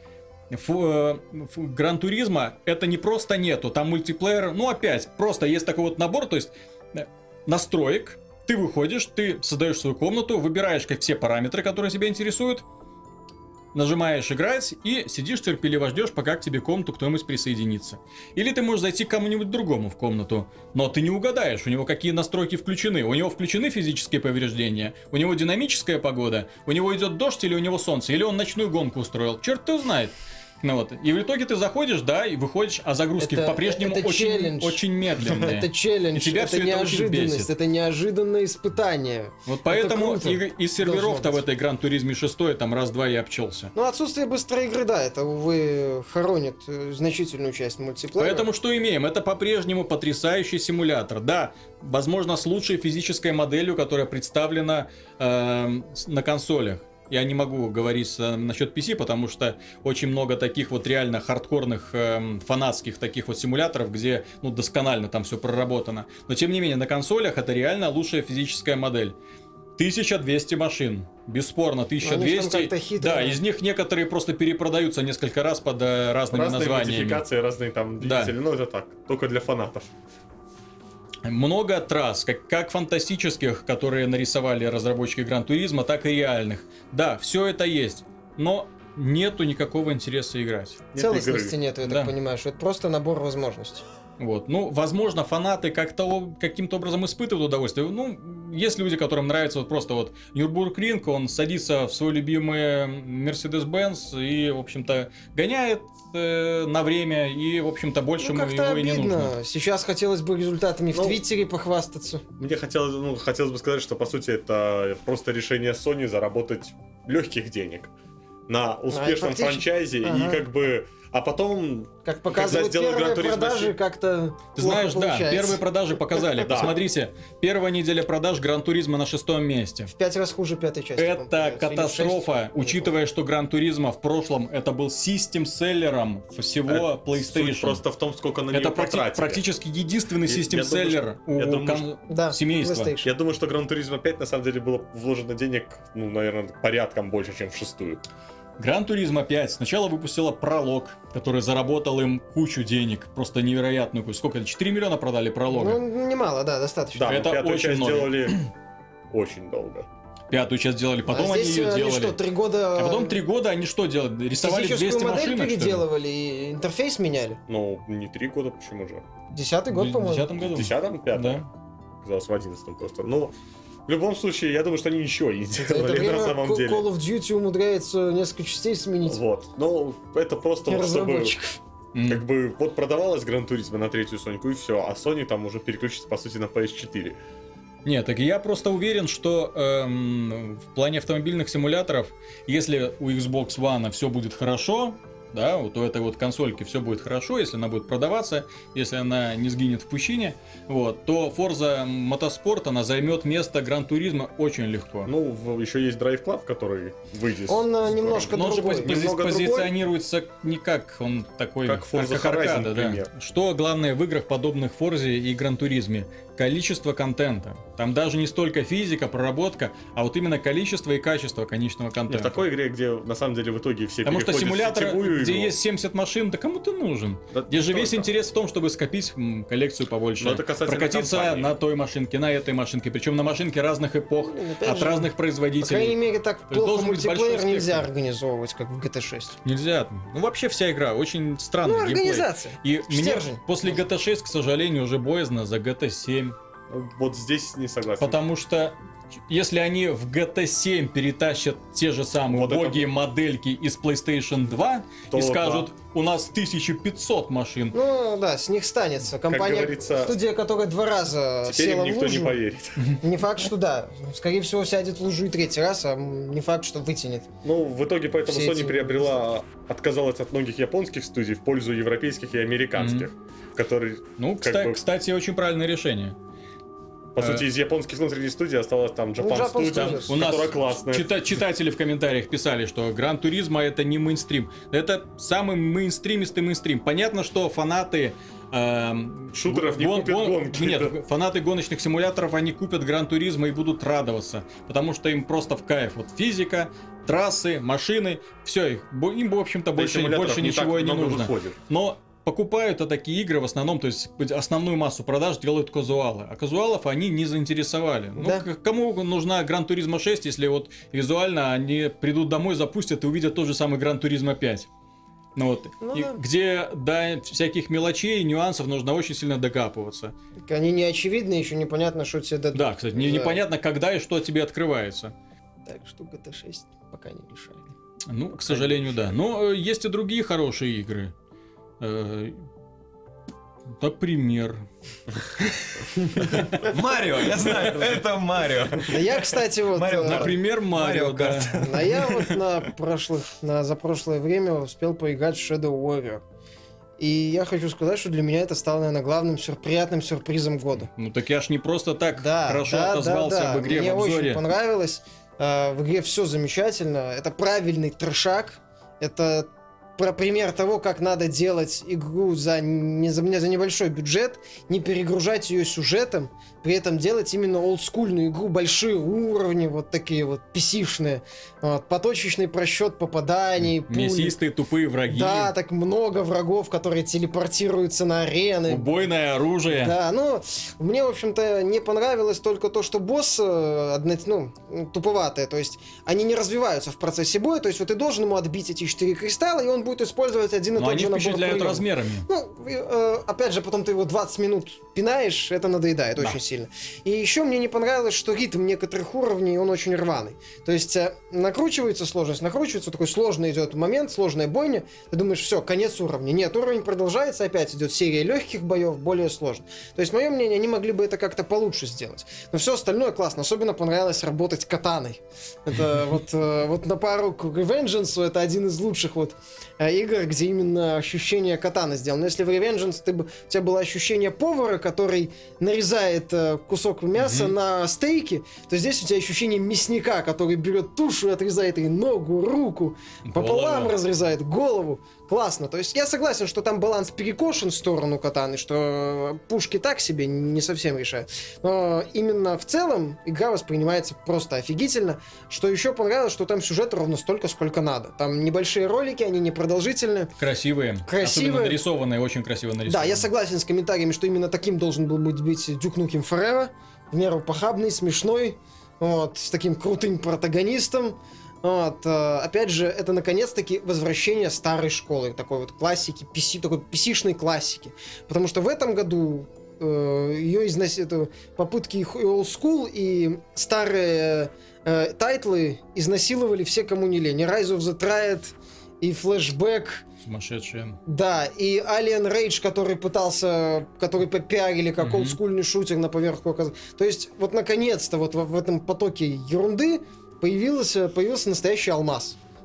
Гран Туризмо это не просто нету, там мультиплеер, ну опять, просто есть такой вот набор, то есть настроек, ты выходишь, ты создаешь свою комнату, выбираешь как все параметры, которые тебя интересуют, нажимаешь играть и сидишь терпеливо ждешь, пока к тебе в комнату кто-нибудь присоединится. Или ты можешь зайти к кому-нибудь другому в комнату, но ты не угадаешь, у него какие настройки включены. У него включены физические повреждения, у него динамическая погода, у него идет дождь или у него солнце, или он ночную гонку устроил. Черт его знает. Ну вот. И в итоге ты заходишь, да, и выходишь, а загрузки это, по-прежнему это очень, очень медленные. Это челлендж, И тебя это все это очень неожиданность, бесит. это неожиданное испытание. Вот поэтому круто. и, и серверов-то в быть. этой Гран Туризме шесть там раз-два и обчелся. Ну, отсутствие быстрой игры, да, это, увы, хоронит э, значительную часть мультиплеера. Поэтому что имеем? Это по-прежнему потрясающий симулятор. Да, возможно, с лучшей физической моделью, которая представлена э, на консолях. Я не могу говорить э, насчет пи си, потому что очень много таких вот реально хардкорных, э, фанатских таких вот симуляторов, где, ну, досконально там все проработано. Но, тем не менее, на консолях это реально лучшая физическая модель. тысяча двести машин. Бесспорно, тысяча двести. Да, из них некоторые просто перепродаются несколько раз под э, разными разные названиями. модификации, разные там двигатели. Да. Ну, это так, только для фанатов. Много трасс, как, как фантастических, которые нарисовали разработчики Гран Туризма, так и реальных. Да, все это есть, но нету никакого интереса играть. Нет Целостности игры. нету, я Да. так понимаю, что это просто набор возможностей. Вот. Ну, возможно, фанаты как-то каким-то образом испытывают удовольствие. Ну, есть люди, которым нравится вот просто вот Нюрбургринг, он садится в свой любимый Mercedes-Benz и, в общем-то, гоняет э, на время, и, в общем-то, больше Ну, ему как-то его и не обидно. нужно. Сейчас хотелось бы результатами в Ну, Твиттере похвастаться. Мне хотелось, ну, хотелось бы сказать, что по сути это просто решение Sony заработать легких денег на успешном фактически- франчайзе Ага. и как бы, а потом Как показывают сделают первые Gran Turismo продажи, семь. как-то Ты плохо знаешь, да, получается. первые продажи показали. Да. Посмотрите, первая неделя продаж Гран Туризма на шестом месте. В пять раз хуже пятой части. по-моему, Это получается. Или в катастрофа, шесть, не учитывая, что Гран Туризма в прошлом это был систем-селлером всего Э, PlayStation. суть просто в том, сколько на Это нее практи- потратили. практически единственный Я- я систем-селлер думаю, у что- я думаю, кон- помню. Да, семейства. PlayStation. Я думаю, что Gran Turismo пять на самом деле было вложено денег, ну, наверное, порядком больше, чем в шестую. Гран Туризмо пять сначала выпустила пролог, который заработал им кучу денег, просто невероятную кучу. Сколько? четыре миллиона продали пролога. Ну, немало, да, достаточно. Да, Это но пятую очень часть много. делали очень долго. Пятую часть делали, потом а они здесь ее они делали. что, три года... А потом три года они что делали? Рисовали физическую двести модель машинок, что ли? переделывали и интерфейс меняли. Ну, не три года, почему же? Десятый год, В по-моему. десятом году. В десятом, пятом? Да. Казалось, в одиннадцатом просто. Ну, в любом случае, я думаю, что они ничего не За это делали время на самом Call деле. Call of Duty умудряется несколько частей сменить. Вот. Ну, это просто, И вот, чтобы... разработчиков. М. Как бы, вот продавалась Gran Turismo на третью Соньку, и все, а Sony там уже переключится, по сути, на пи эс четыре. Нет, так я просто уверен, что эм, в плане автомобильных симуляторов, если у Xbox One все будет хорошо, да, вот у этой вот консольки все будет хорошо, если она будет продаваться, если она не сгинет в пучине, вот, то Forza Motorsport, она займет место Gran Turismo очень легко. Ну, в- еще есть Drive Club, который выйдет. Он э, скоро. немножко Но он же другой. пози- пози- Немного позиционируется не как он такой, Как Forza аркада, Horizon, да. например. Что главное в играх, подобных Forza и Gran Turismo? Количество контента. Там даже не столько физика, проработка, а вот именно количество и качество конечного Не, в контента. такой игре, где на самом деле в итоге все Потому что переходят в симулятор, сетевую где игру. есть семьдесят машин, да кому ты нужен? Да Где не же весь только. интерес в том, чтобы скопить м, коллекцию побольше. Но это касательно Прокатиться компании. на той машинке, на этой машинке. Причем на машинке разных эпох, Ну, опять от же, разных По крайней производителей. мере, так есть плохо должен быть мультиплеер большой нельзя спектр. организовывать, как в джи ти шесть. Нельзя. Ну, вообще вся игра очень странный Ну, геймплей. организация. И мне Стержень. после джи ти шесть, к сожалению, уже боязно за джи ти семь. Ну, Вот здесь не согласен. Потому что если они в джи ти семь перетащат те же самые Вот это- убогие модельки из PlayStation два То и да. скажут, у нас тысяча пятьсот машин. Ну да, с них станется. Компания, говорится, студия, которая два раза Теперь села им в никто не лужу. поверит. Не факт, что да. Скорее всего, сядет в лужу и третий раз, а не факт, что вытянет. Ну, в итоге поэтому Все Sony эти- приобрела, отказалась от многих японских студий в пользу европейских и американских, которые, Ну, как кста- бы- кстати, очень правильное решение. по Э. сути, из японских внутренних студий осталась там Japan Ну, Japan Studios, Studios. У нас которая классная. чита- читатели в комментариях писали, что Гран Туризмо это не мейнстрим. Это самый мейнстримистый мейнстрим. Понятно, что фанаты эм, Шутеров не гон- купят гон- гонки, Нет, да. фанаты гоночных симуляторов, они купят Гран Туризмо и будут радоваться. Потому что им просто в кайф. Вот физика, трассы, машины, все, им, в общем-то, Да и больше, симуляторов больше не ничего так и не много нужно. выходит. Но покупают а такие игры в основном, то есть основную массу продаж делают казуалы. А казуалов они не заинтересовали. Ну, Да. к- кому нужна Гран Туризмо шесть, если вот визуально они придут домой, запустят и увидят тот же самый Гран Туризмо пять. Ну вот, Ну и да. где до всяких мелочей, нюансов нужно очень сильно докапываться. Они не очевидны, еще непонятно, что тебе дадут. Да, кстати, не- Да. непонятно, когда и что тебе открывается. Так что джи ти шесть пока не решали. Ну, к сожалению, да. Но э, есть и другие хорошие игры. Э, Например. Марио, я знаю, это Марио. Да я, кстати, вот... Марио, э, Например, Марио, Марио да. Карт. А я вот на прошлых, на за прошлое время успел поиграть в Shadow Warrior. И я хочу сказать, что для меня это стало, наверное, главным сюр- приятным сюрпризом года. Ну так я ж не просто так Да, хорошо да, отозвался да, да. об игре Мне в обзоре. очень понравилось. Э, В игре все замечательно. Это правильный трешак. Это про пример того, как надо делать игру за, не за, не за небольшой бюджет, не перегружать ее сюжетом, при этом делать именно олдскульную игру, большие уровни, вот такие вот пи си-шные, вот, поточечный просчет попаданий, пуль. Мясистые тупые враги, Да, так много врагов, которые телепортируются на арены. убойное оружие. Да, ну, мне, в общем-то, не понравилось только то, что босс э, одно- ну, туповатые, то есть они не развиваются в процессе боя, то есть вот ты должен ему отбить эти четыре кристалла, и он будет использовать один и Но тот они же набор впечатляют приемов. размерами. Ну, и, э, опять же, потом ты его двадцать минут пинаешь, это надоедает Да. очень сильно. И еще мне не понравилось, что ритм некоторых уровней, он очень рваный. То есть э, накручивается сложность, накручивается, такой сложный идет момент, сложная бойня, ты думаешь, все, конец уровня. Нет, уровень продолжается, опять идет серия легких боев, более сложно. То есть, мое мнение, они могли бы это как-то получше сделать. Но все остальное классно. Особенно понравилось работать катаной. Это вот, э, вот на пару к Revengeance это один из лучших вот э, игр, где именно ощущение катаны сделано. Но если в Revengeance ты, бы- у тебя было ощущение повара, который нарезает э, кусок мяса Мгм. на стейки, то здесь у тебя ощущение мясника, который берет тушу и отрезает ей ногу, руку, пополам Голова. разрезает голову. Классно. То есть я согласен, что там баланс перекошен в сторону катаны, что э, пушки так себе не совсем решают. Но именно в целом игра воспринимается просто офигительно. Что еще понравилось, что там сюжет ровно столько, сколько надо. Там небольшие ролики, они непродолжительные. Красивые. Красивые. Особенно нарисованные, очень красиво нарисованные. Да, я согласен с комментариями, что именно таким должен был быть, быть Duke Nukem Forever. В меру похабный, смешной, вот, с таким крутым протагонистом. Вот, э, опять же, это наконец-таки возвращение старой школы, такой вот классики, пи си, такой пи си-шной классики. Потому что в этом году э, ее износ... это попытки и old school, и старые э, тайтлы изнасиловали все, кому не лень. И Rise of the Triad, и Flashback, Сумасшедшие. да, и Alien Rage, который пытался, который попиарили как Мгм. олдскульный шутер на поверху оказался. То есть, вот наконец-то вот в, в этом потоке ерунды появился, появился настоящий алмаз.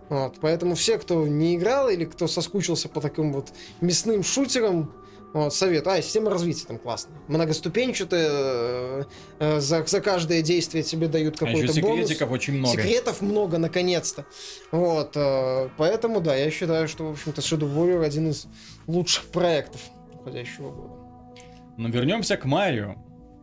Вот, поэтому все, кто не играл или кто соскучился по таким вот мясным шутерам, вот, совет. А, система развития там классная. Многоступенчатая, э, за, за каждое действие тебе дают А еще какой-то бонус. секретиков очень много. Секретов много, наконец-то. Вот, э, поэтому, да, я считаю, что, в общем-то, Shadow Warrior один из лучших проектов уходящего года. Но вернемся к Марио.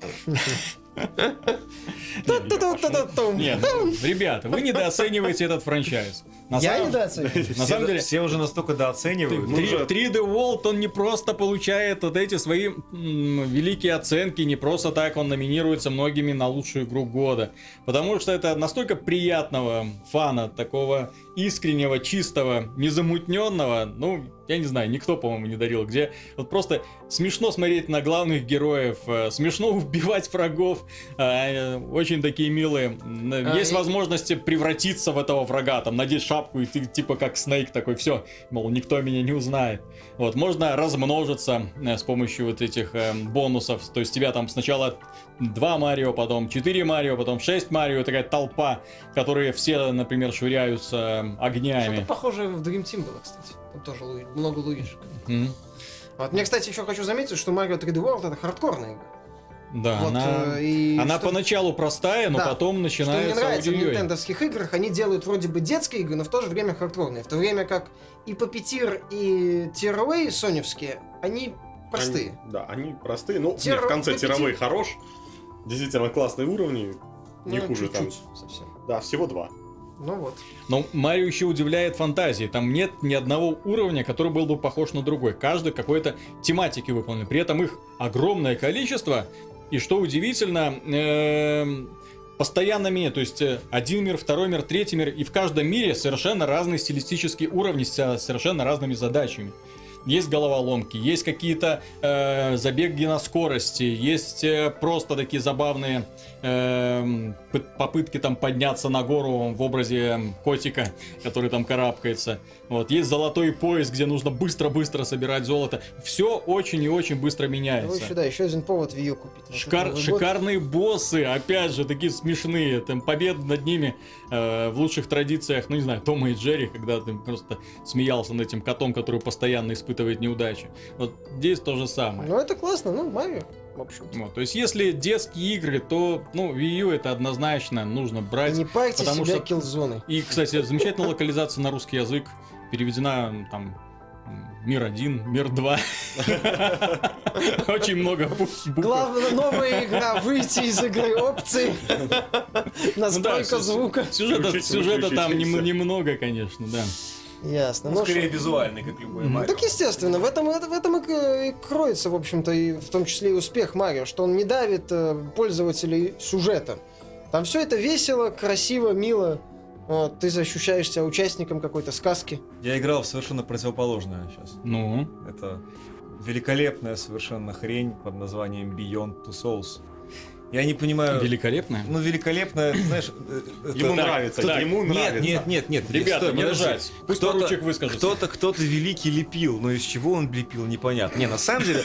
Та-та-та-та-та-тум. Нет, ну, ребята, вы недооцениваете этот франчайз. На Я самом- недооцениваю. На самом деле, Все уже настолько дооценивают. Ну, уже- три дэ World, он не просто получает вот эти свои м, великие оценки, не просто так он номинируется многими на лучшую игру года. Потому что это настолько приятного фана, такого искреннего, чистого, незамутненного, ну, я не знаю, никто, по-моему, не дарил, где вот просто смешно смотреть на главных героев, э, смешно убивать врагов, э, очень такие милые. А, Есть и- возможности превратиться в этого врага, там, надеть шапку, и ты типа как Снейк такой, все, мол, никто меня не узнает. Вот, можно размножиться э, с помощью вот этих э, бонусов, то есть тебя там сначала два Марио, потом четыре Марио, потом шесть Марио, такая толпа, которые все, например, швыряются э, огнями. Что-то похожее в Dream Team было, кстати. Там тоже Луи- много Луишек. М. Вот. Мне, кстати, еще хочу заметить, что Mario три дэ World это хардкорная игра. Да, Вот, она, э, и она что- поначалу простая, но Да. потом Что мне начинается нравится в аудио. нинтендовских играх, они делают вроде бы детские игры, но в то же время хардкорные. В то время как и Puppeteer, и Tearaway соневские, они простые. Они- да, они простые. Ну, Тир- нет, в конце Пуппетир. тировой хорош. Действительно классные уровни. Не Ну, хуже там. чуть-чуть совсем. Да, всего два. Ну вот. Но Марио еще удивляет фантазией. Там нет ни одного уровня, который был бы похож на другой. Каждый какой-то тематики выполнен. При этом их огромное количество. И что удивительно, эм, постоянно меняют. То есть э, один мир, второй мир, третий мир. И в каждом мире совершенно разные стилистические уровни с э, совершенно разными задачами. Есть головоломки, есть какие-то э, забеги на скорости, есть э, просто такие забавные э, п- попытки там подняться на гору в образе котика, который там карабкается. Вот. Есть золотой пояс, где нужно быстро-быстро собирать золото. Все очень и очень быстро Ну, меняется. еще, да, еще один повод Wii U купить. Вот Шикар- это Новый год. шикарные боссы, опять же, такие смешные. Там победа над ними э, в лучших традициях, ну не знаю, Тома и Джерри, когда ты просто смеялся над этим котом, который постоянно испытывает неудачи. Вот здесь то же самое. Ну, это классно, ну, Марио, в общем. Вот, то есть, если детские игры, то, ну, Wii U это однозначно нужно брать. Не парьте потому себя что- киллзоной. И, кстати, замечательная локализация на русский язык. Переведена там мир один, мир два. Очень много букв. Главное, новая игра, выйти из игры, опции, Ну да, настройка сю- звука. Сюжета, Учись, сюжета учись, там учись. нем- немного, конечно, да. Ясно. Ну, Ну, скорее шо- визуальный, как любой Мгм. Марио. Так естественно, в этом, это- в этом и, к- и кроется, в общем-то, и в том числе и успех Марио, что он не давит э, пользователей сюжетом. Там все это весело, красиво, мило. Вот, ты ощущаешь себя участником какой-то сказки. Я играл в совершенно противоположное сейчас. Ну, Это великолепная совершенно хрень под названием Beyond Two Souls. Я не понимаю... великолепная. Ну, великолепная, знаешь... э, это- Ему Так, нравится, так. ему Нет, нравится. нет, нет, нет. Ребята, стой, не подожди. ржать. Пусть Кто-то- поручик выскажется. Кто-то, кто-то великий лепил, но из чего он лепил, непонятно. Не, на самом деле...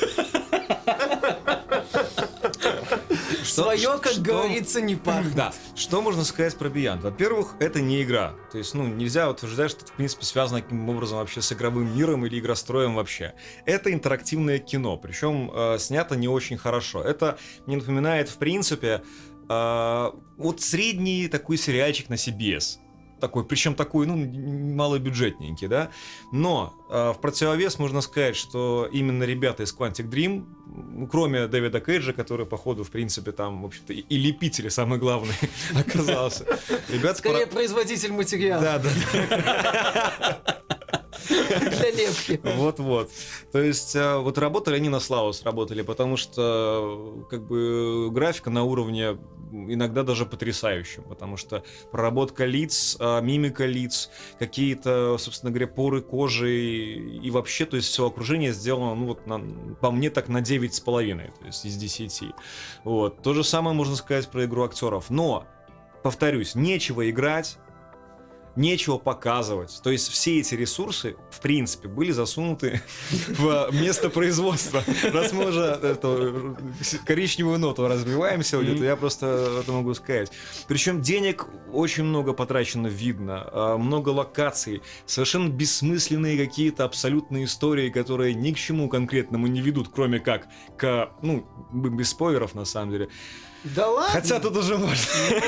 Что- Свое, как что- говорится, не пахнет. Да. Что можно сказать про Beyond? Во-первых, это не игра. То есть, ну, нельзя утверждать, что это, в принципе, связано каким образом вообще с игровым миром или игростроем вообще. Это интерактивное кино, причем э, снято не очень хорошо. Это мне напоминает, в принципе, э, вот средний такой сериальчик на си би эс. Такой, причем такой, ну, малобюджетненький, да. Но э, в противовес можно сказать, что именно ребята из Quantic Dream, ну, кроме Дэвида Кейджа, который, походу, в принципе, там, в общем-то, и, и лепитель самый главный оказался. Ребята Скорее, пора- производитель материала Да, да. для лепки. Вот-вот. То есть, э, вот работали они на славу, сработали, потому что, э, как бы, графика на уровне иногда даже потрясающем, потому что проработка лиц, э, мимика лиц, какие-то, собственно говоря, поры кожи и вообще, то есть, все окружение сделано, ну, вот, на- по мне, так на девять с половиной, то есть, из десяти. Вот. То же самое можно сказать про игру актеров. Но, повторюсь, нечего играть. нечего показывать. То есть все эти ресурсы, в принципе, были засунуты в место производства. Раз мы уже эту коричневую ноту разбиваем сегодня, то я просто это могу сказать. Причем денег очень много потрачено, видно. Много локаций, совершенно бессмысленные какие-то абсолютные истории, которые ни к чему конкретному не ведут, кроме как к, ну, без спойлеров на самом деле. Да ладно? Хотя тут уже можно.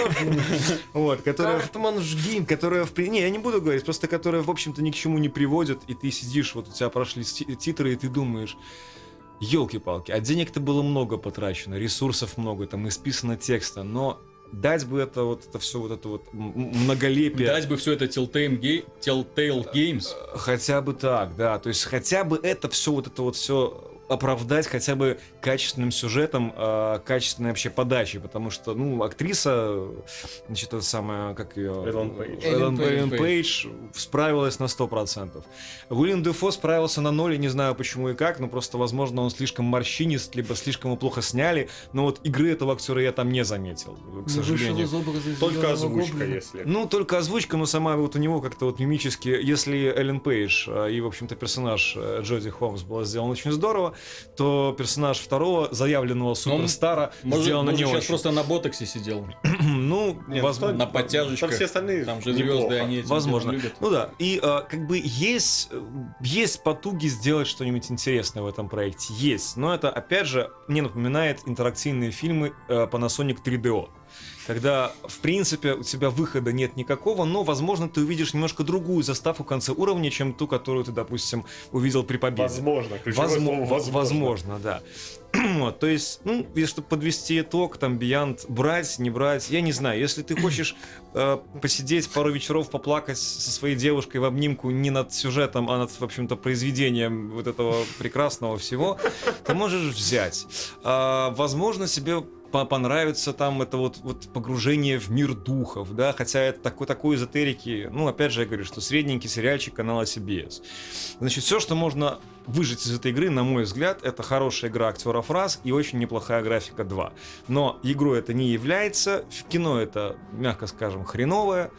Вот, которая... Картман, жги. Которая в... Не, я не буду говорить, просто которая, в общем-то, ни к чему не приводит, и ты сидишь, вот у тебя прошли титры, и ты думаешь, елки-палки, а денег-то было много потрачено, ресурсов много, там исписано текста, но дать бы это вот это все вот это вот многолепие. Дать бы все это Telltale, Ga- Telltale Games. Хотя бы так, да, то есть хотя бы это все вот это вот все оправдать хотя бы качественным сюжетом, э, качественной вообще подачей, потому что, ну, актриса, значит, это самая, как ее... Эллен Пейдж. Эллен Эллен Пейдж. Пейдж справилась на сто процентов. Уильям Дефо справился на ноль, не знаю почему и как, но просто, возможно, он слишком морщинист, либо слишком его плохо сняли, но вот игры этого актера я там не заметил, к сожалению. Только озвучка, если. Ну, только озвучка, но сама вот у него как-то вот мимически, если Эллен Пейдж э, и, в общем-то, персонаж э, Джоди Холмс был сделан очень здорово, то персонаж второго заявленного суперстара Может, сделан может не сейчас очень. просто на ботоксе сидел. Ну, Нет, возможно. на подтяжечках. Там все остальные Там же неплохо. звезды, они этим Возможно. делом любят. Ну да. И э, как бы есть, э, есть потуги сделать что-нибудь интересное в этом проекте. Есть. Но это, опять же, мне напоминает интерактивные фильмы э, Panasonic три ди о. Когда, в принципе, у тебя выхода нет никакого, но, возможно, ты увидишь немножко другую заставку в конце уровня, чем ту, которую ты, допустим, увидел при победе. Возможно. ключевое слово Возможно, возможно. возможно, да. Вот, то есть, ну, если подвести итог, там, Beyond брать, не брать, я не знаю. Если ты хочешь э, посидеть пару вечеров, поплакать со своей девушкой в обнимку не над сюжетом, а над, в общем-то, произведением вот этого прекрасного всего, ты можешь взять. А, возможно, себе понравится там это вот, вот погружение в мир духов, да, хотя это такой, такой эзотерики, ну, опять же, я говорю, что средненький сериальчик канала си би эс. Значит, все, что можно выжить из этой игры, на мой взгляд, это хорошая игра актеров раз и очень неплохая графика два. Но игрой это не является, в кино это, мягко скажем, хреновое,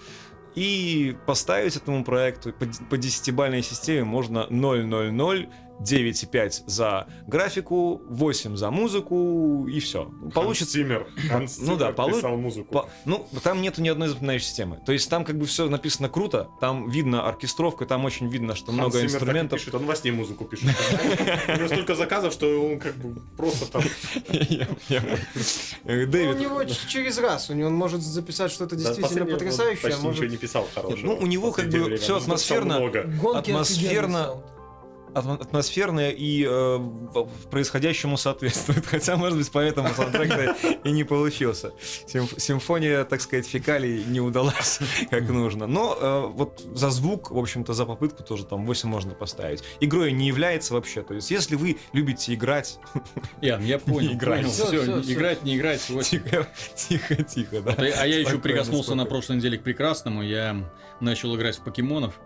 и поставить этому проекту по, по десятибалльной системе можно ноль ноль ноль, девять и пять за графику, восемь за музыку и все. Получится. Циммер. Ханс Ну да, Циммер полу- писал музыку. По- ну, там нету ни одной запоминающей системы. То есть там как бы все написано круто, там видно оркестровка, там очень видно, что Ханс много Циммер так и инструментов. пишет, он во сне музыку пишет. У него столько заказов, что он как бы просто там... Я- я понял. Э, Ну, у Дэвид, него ч- через раз, у него он может записать что-то Да, действительно последнее он потрясающее, а почти может... ничего не писал хорошего. ну, у него как Последнее бы время. всё Ну, написал атмосферно. много. Гонки атмосферно- офигенный саунд. атмо- атмосферное и э, в- происходящему соответствует. Хотя, может быть, поэтому саундтрек и не получился. Симф- Симфония, так сказать, фекалий не удалась как нужно. Но э, вот за звук, в общем-то, за попытку тоже там восемь можно поставить. Игрой не является вообще. То есть, если вы любите играть... Ян, я понял. играть. понял. Всё, Всё, всё, всё. играть, не играть. вот. Тихо, тихо, тихо, да. А я- а я еще Спокойно, прикоснулся на спокойно. прошлой неделе к прекрасному. Я начал играть в покемонов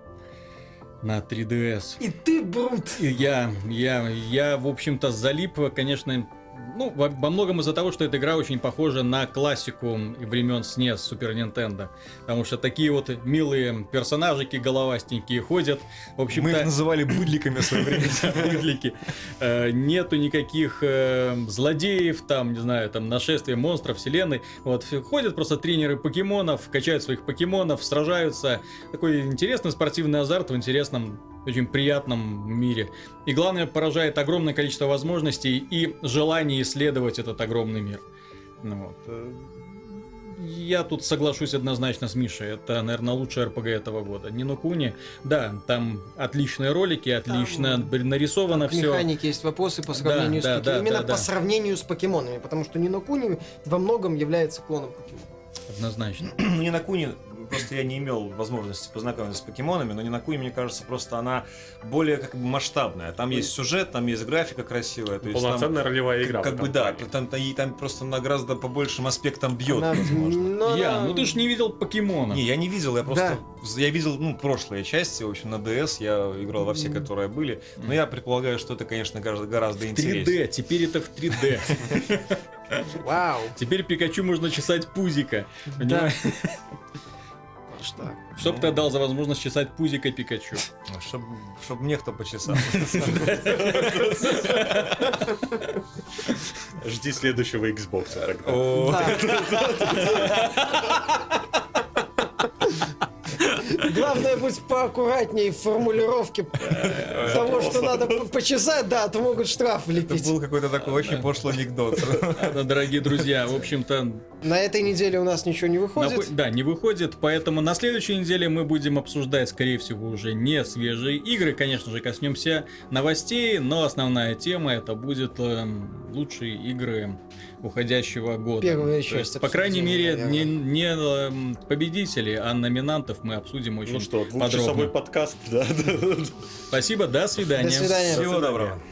на три ди эс. И ты, Брут! И Я, я, я, в общем-то, залип, конечно, ну, во, во многом из-за того, что эта игра очень похожа на классику времен снес Супер Нинтендо. Потому что такие вот милые персонажики головастенькие ходят. В Мы их общем-то, называли быдликами в свое время. выгляки. Э, Нету никаких э, злодеев, там, не знаю, там, нашествия монстров, вселенной. Вот, ф- ходят просто тренеры покемонов, качают своих покемонов, сражаются. Такой интересный спортивный азарт в интересном, очень приятном мире. И главное, поражает огромное количество возможностей и желание исследовать этот огромный мир. Ну вот. э, Я тут соглашусь однозначно с Мишей. Это, наверное, лучший эр пи джи этого года. Ни но Куни, да, там отличные ролики, отлично Там нарисовано К все. механике есть вопросы по сравнению да, с покемонами. да, Именно да, по да. сравнению с покемонами, потому что Ни но Куни во многом является клоном покемона. Однозначно. Ну, Нинокуни, просто я не имел возможности познакомиться с покемонами, но Нинокуни, мне кажется, просто она более как бы масштабная. Там есть сюжет, там есть графика красивая. То есть там, Полноценная ролевая игра. как в бы этом да, плане. там, там, и там просто на гораздо по большим аспектам бьет, Она- возможно. но Я, она- ну ты ж не видел покемона. Не, я не видел, я просто я видел, ну, прошлые части, в общем, на ди эс я играл во все, которые были, но я предполагаю, что это, конечно, гораздо, гораздо три интереснее. дэ, теперь это в три дэ. Вау! Теперь Пикачу можно чесать пузика. Да. Так. Что бы ты отдал за возможность чесать пузико Пикачу? Чтобы чтоб мне кто почесал. Жди следующего Xbox тогда. О, Главное, будь поаккуратнее в формулировке того, что надо по- почесать, да, а то могут штраф это влепить. был какой-то такой очень пошлый анекдот. Да, дорогие друзья, в общем-то, На этой неделе у нас ничего не на выходит. вы- да, не выходит, поэтому на следующей неделе мы будем обсуждать, скорее всего, уже не свежие игры. Конечно же, коснемся новостей, но основная тема это будет эм, лучшие игры уходящего года. Первая То часть есть, по крайней мере, обсуждения, не, не эм, победителей, а номинантов мы обсудим очень Ну что, подробно. двухчасовой подкаст, да. Спасибо, до свидания. До свидания. Всего доброго.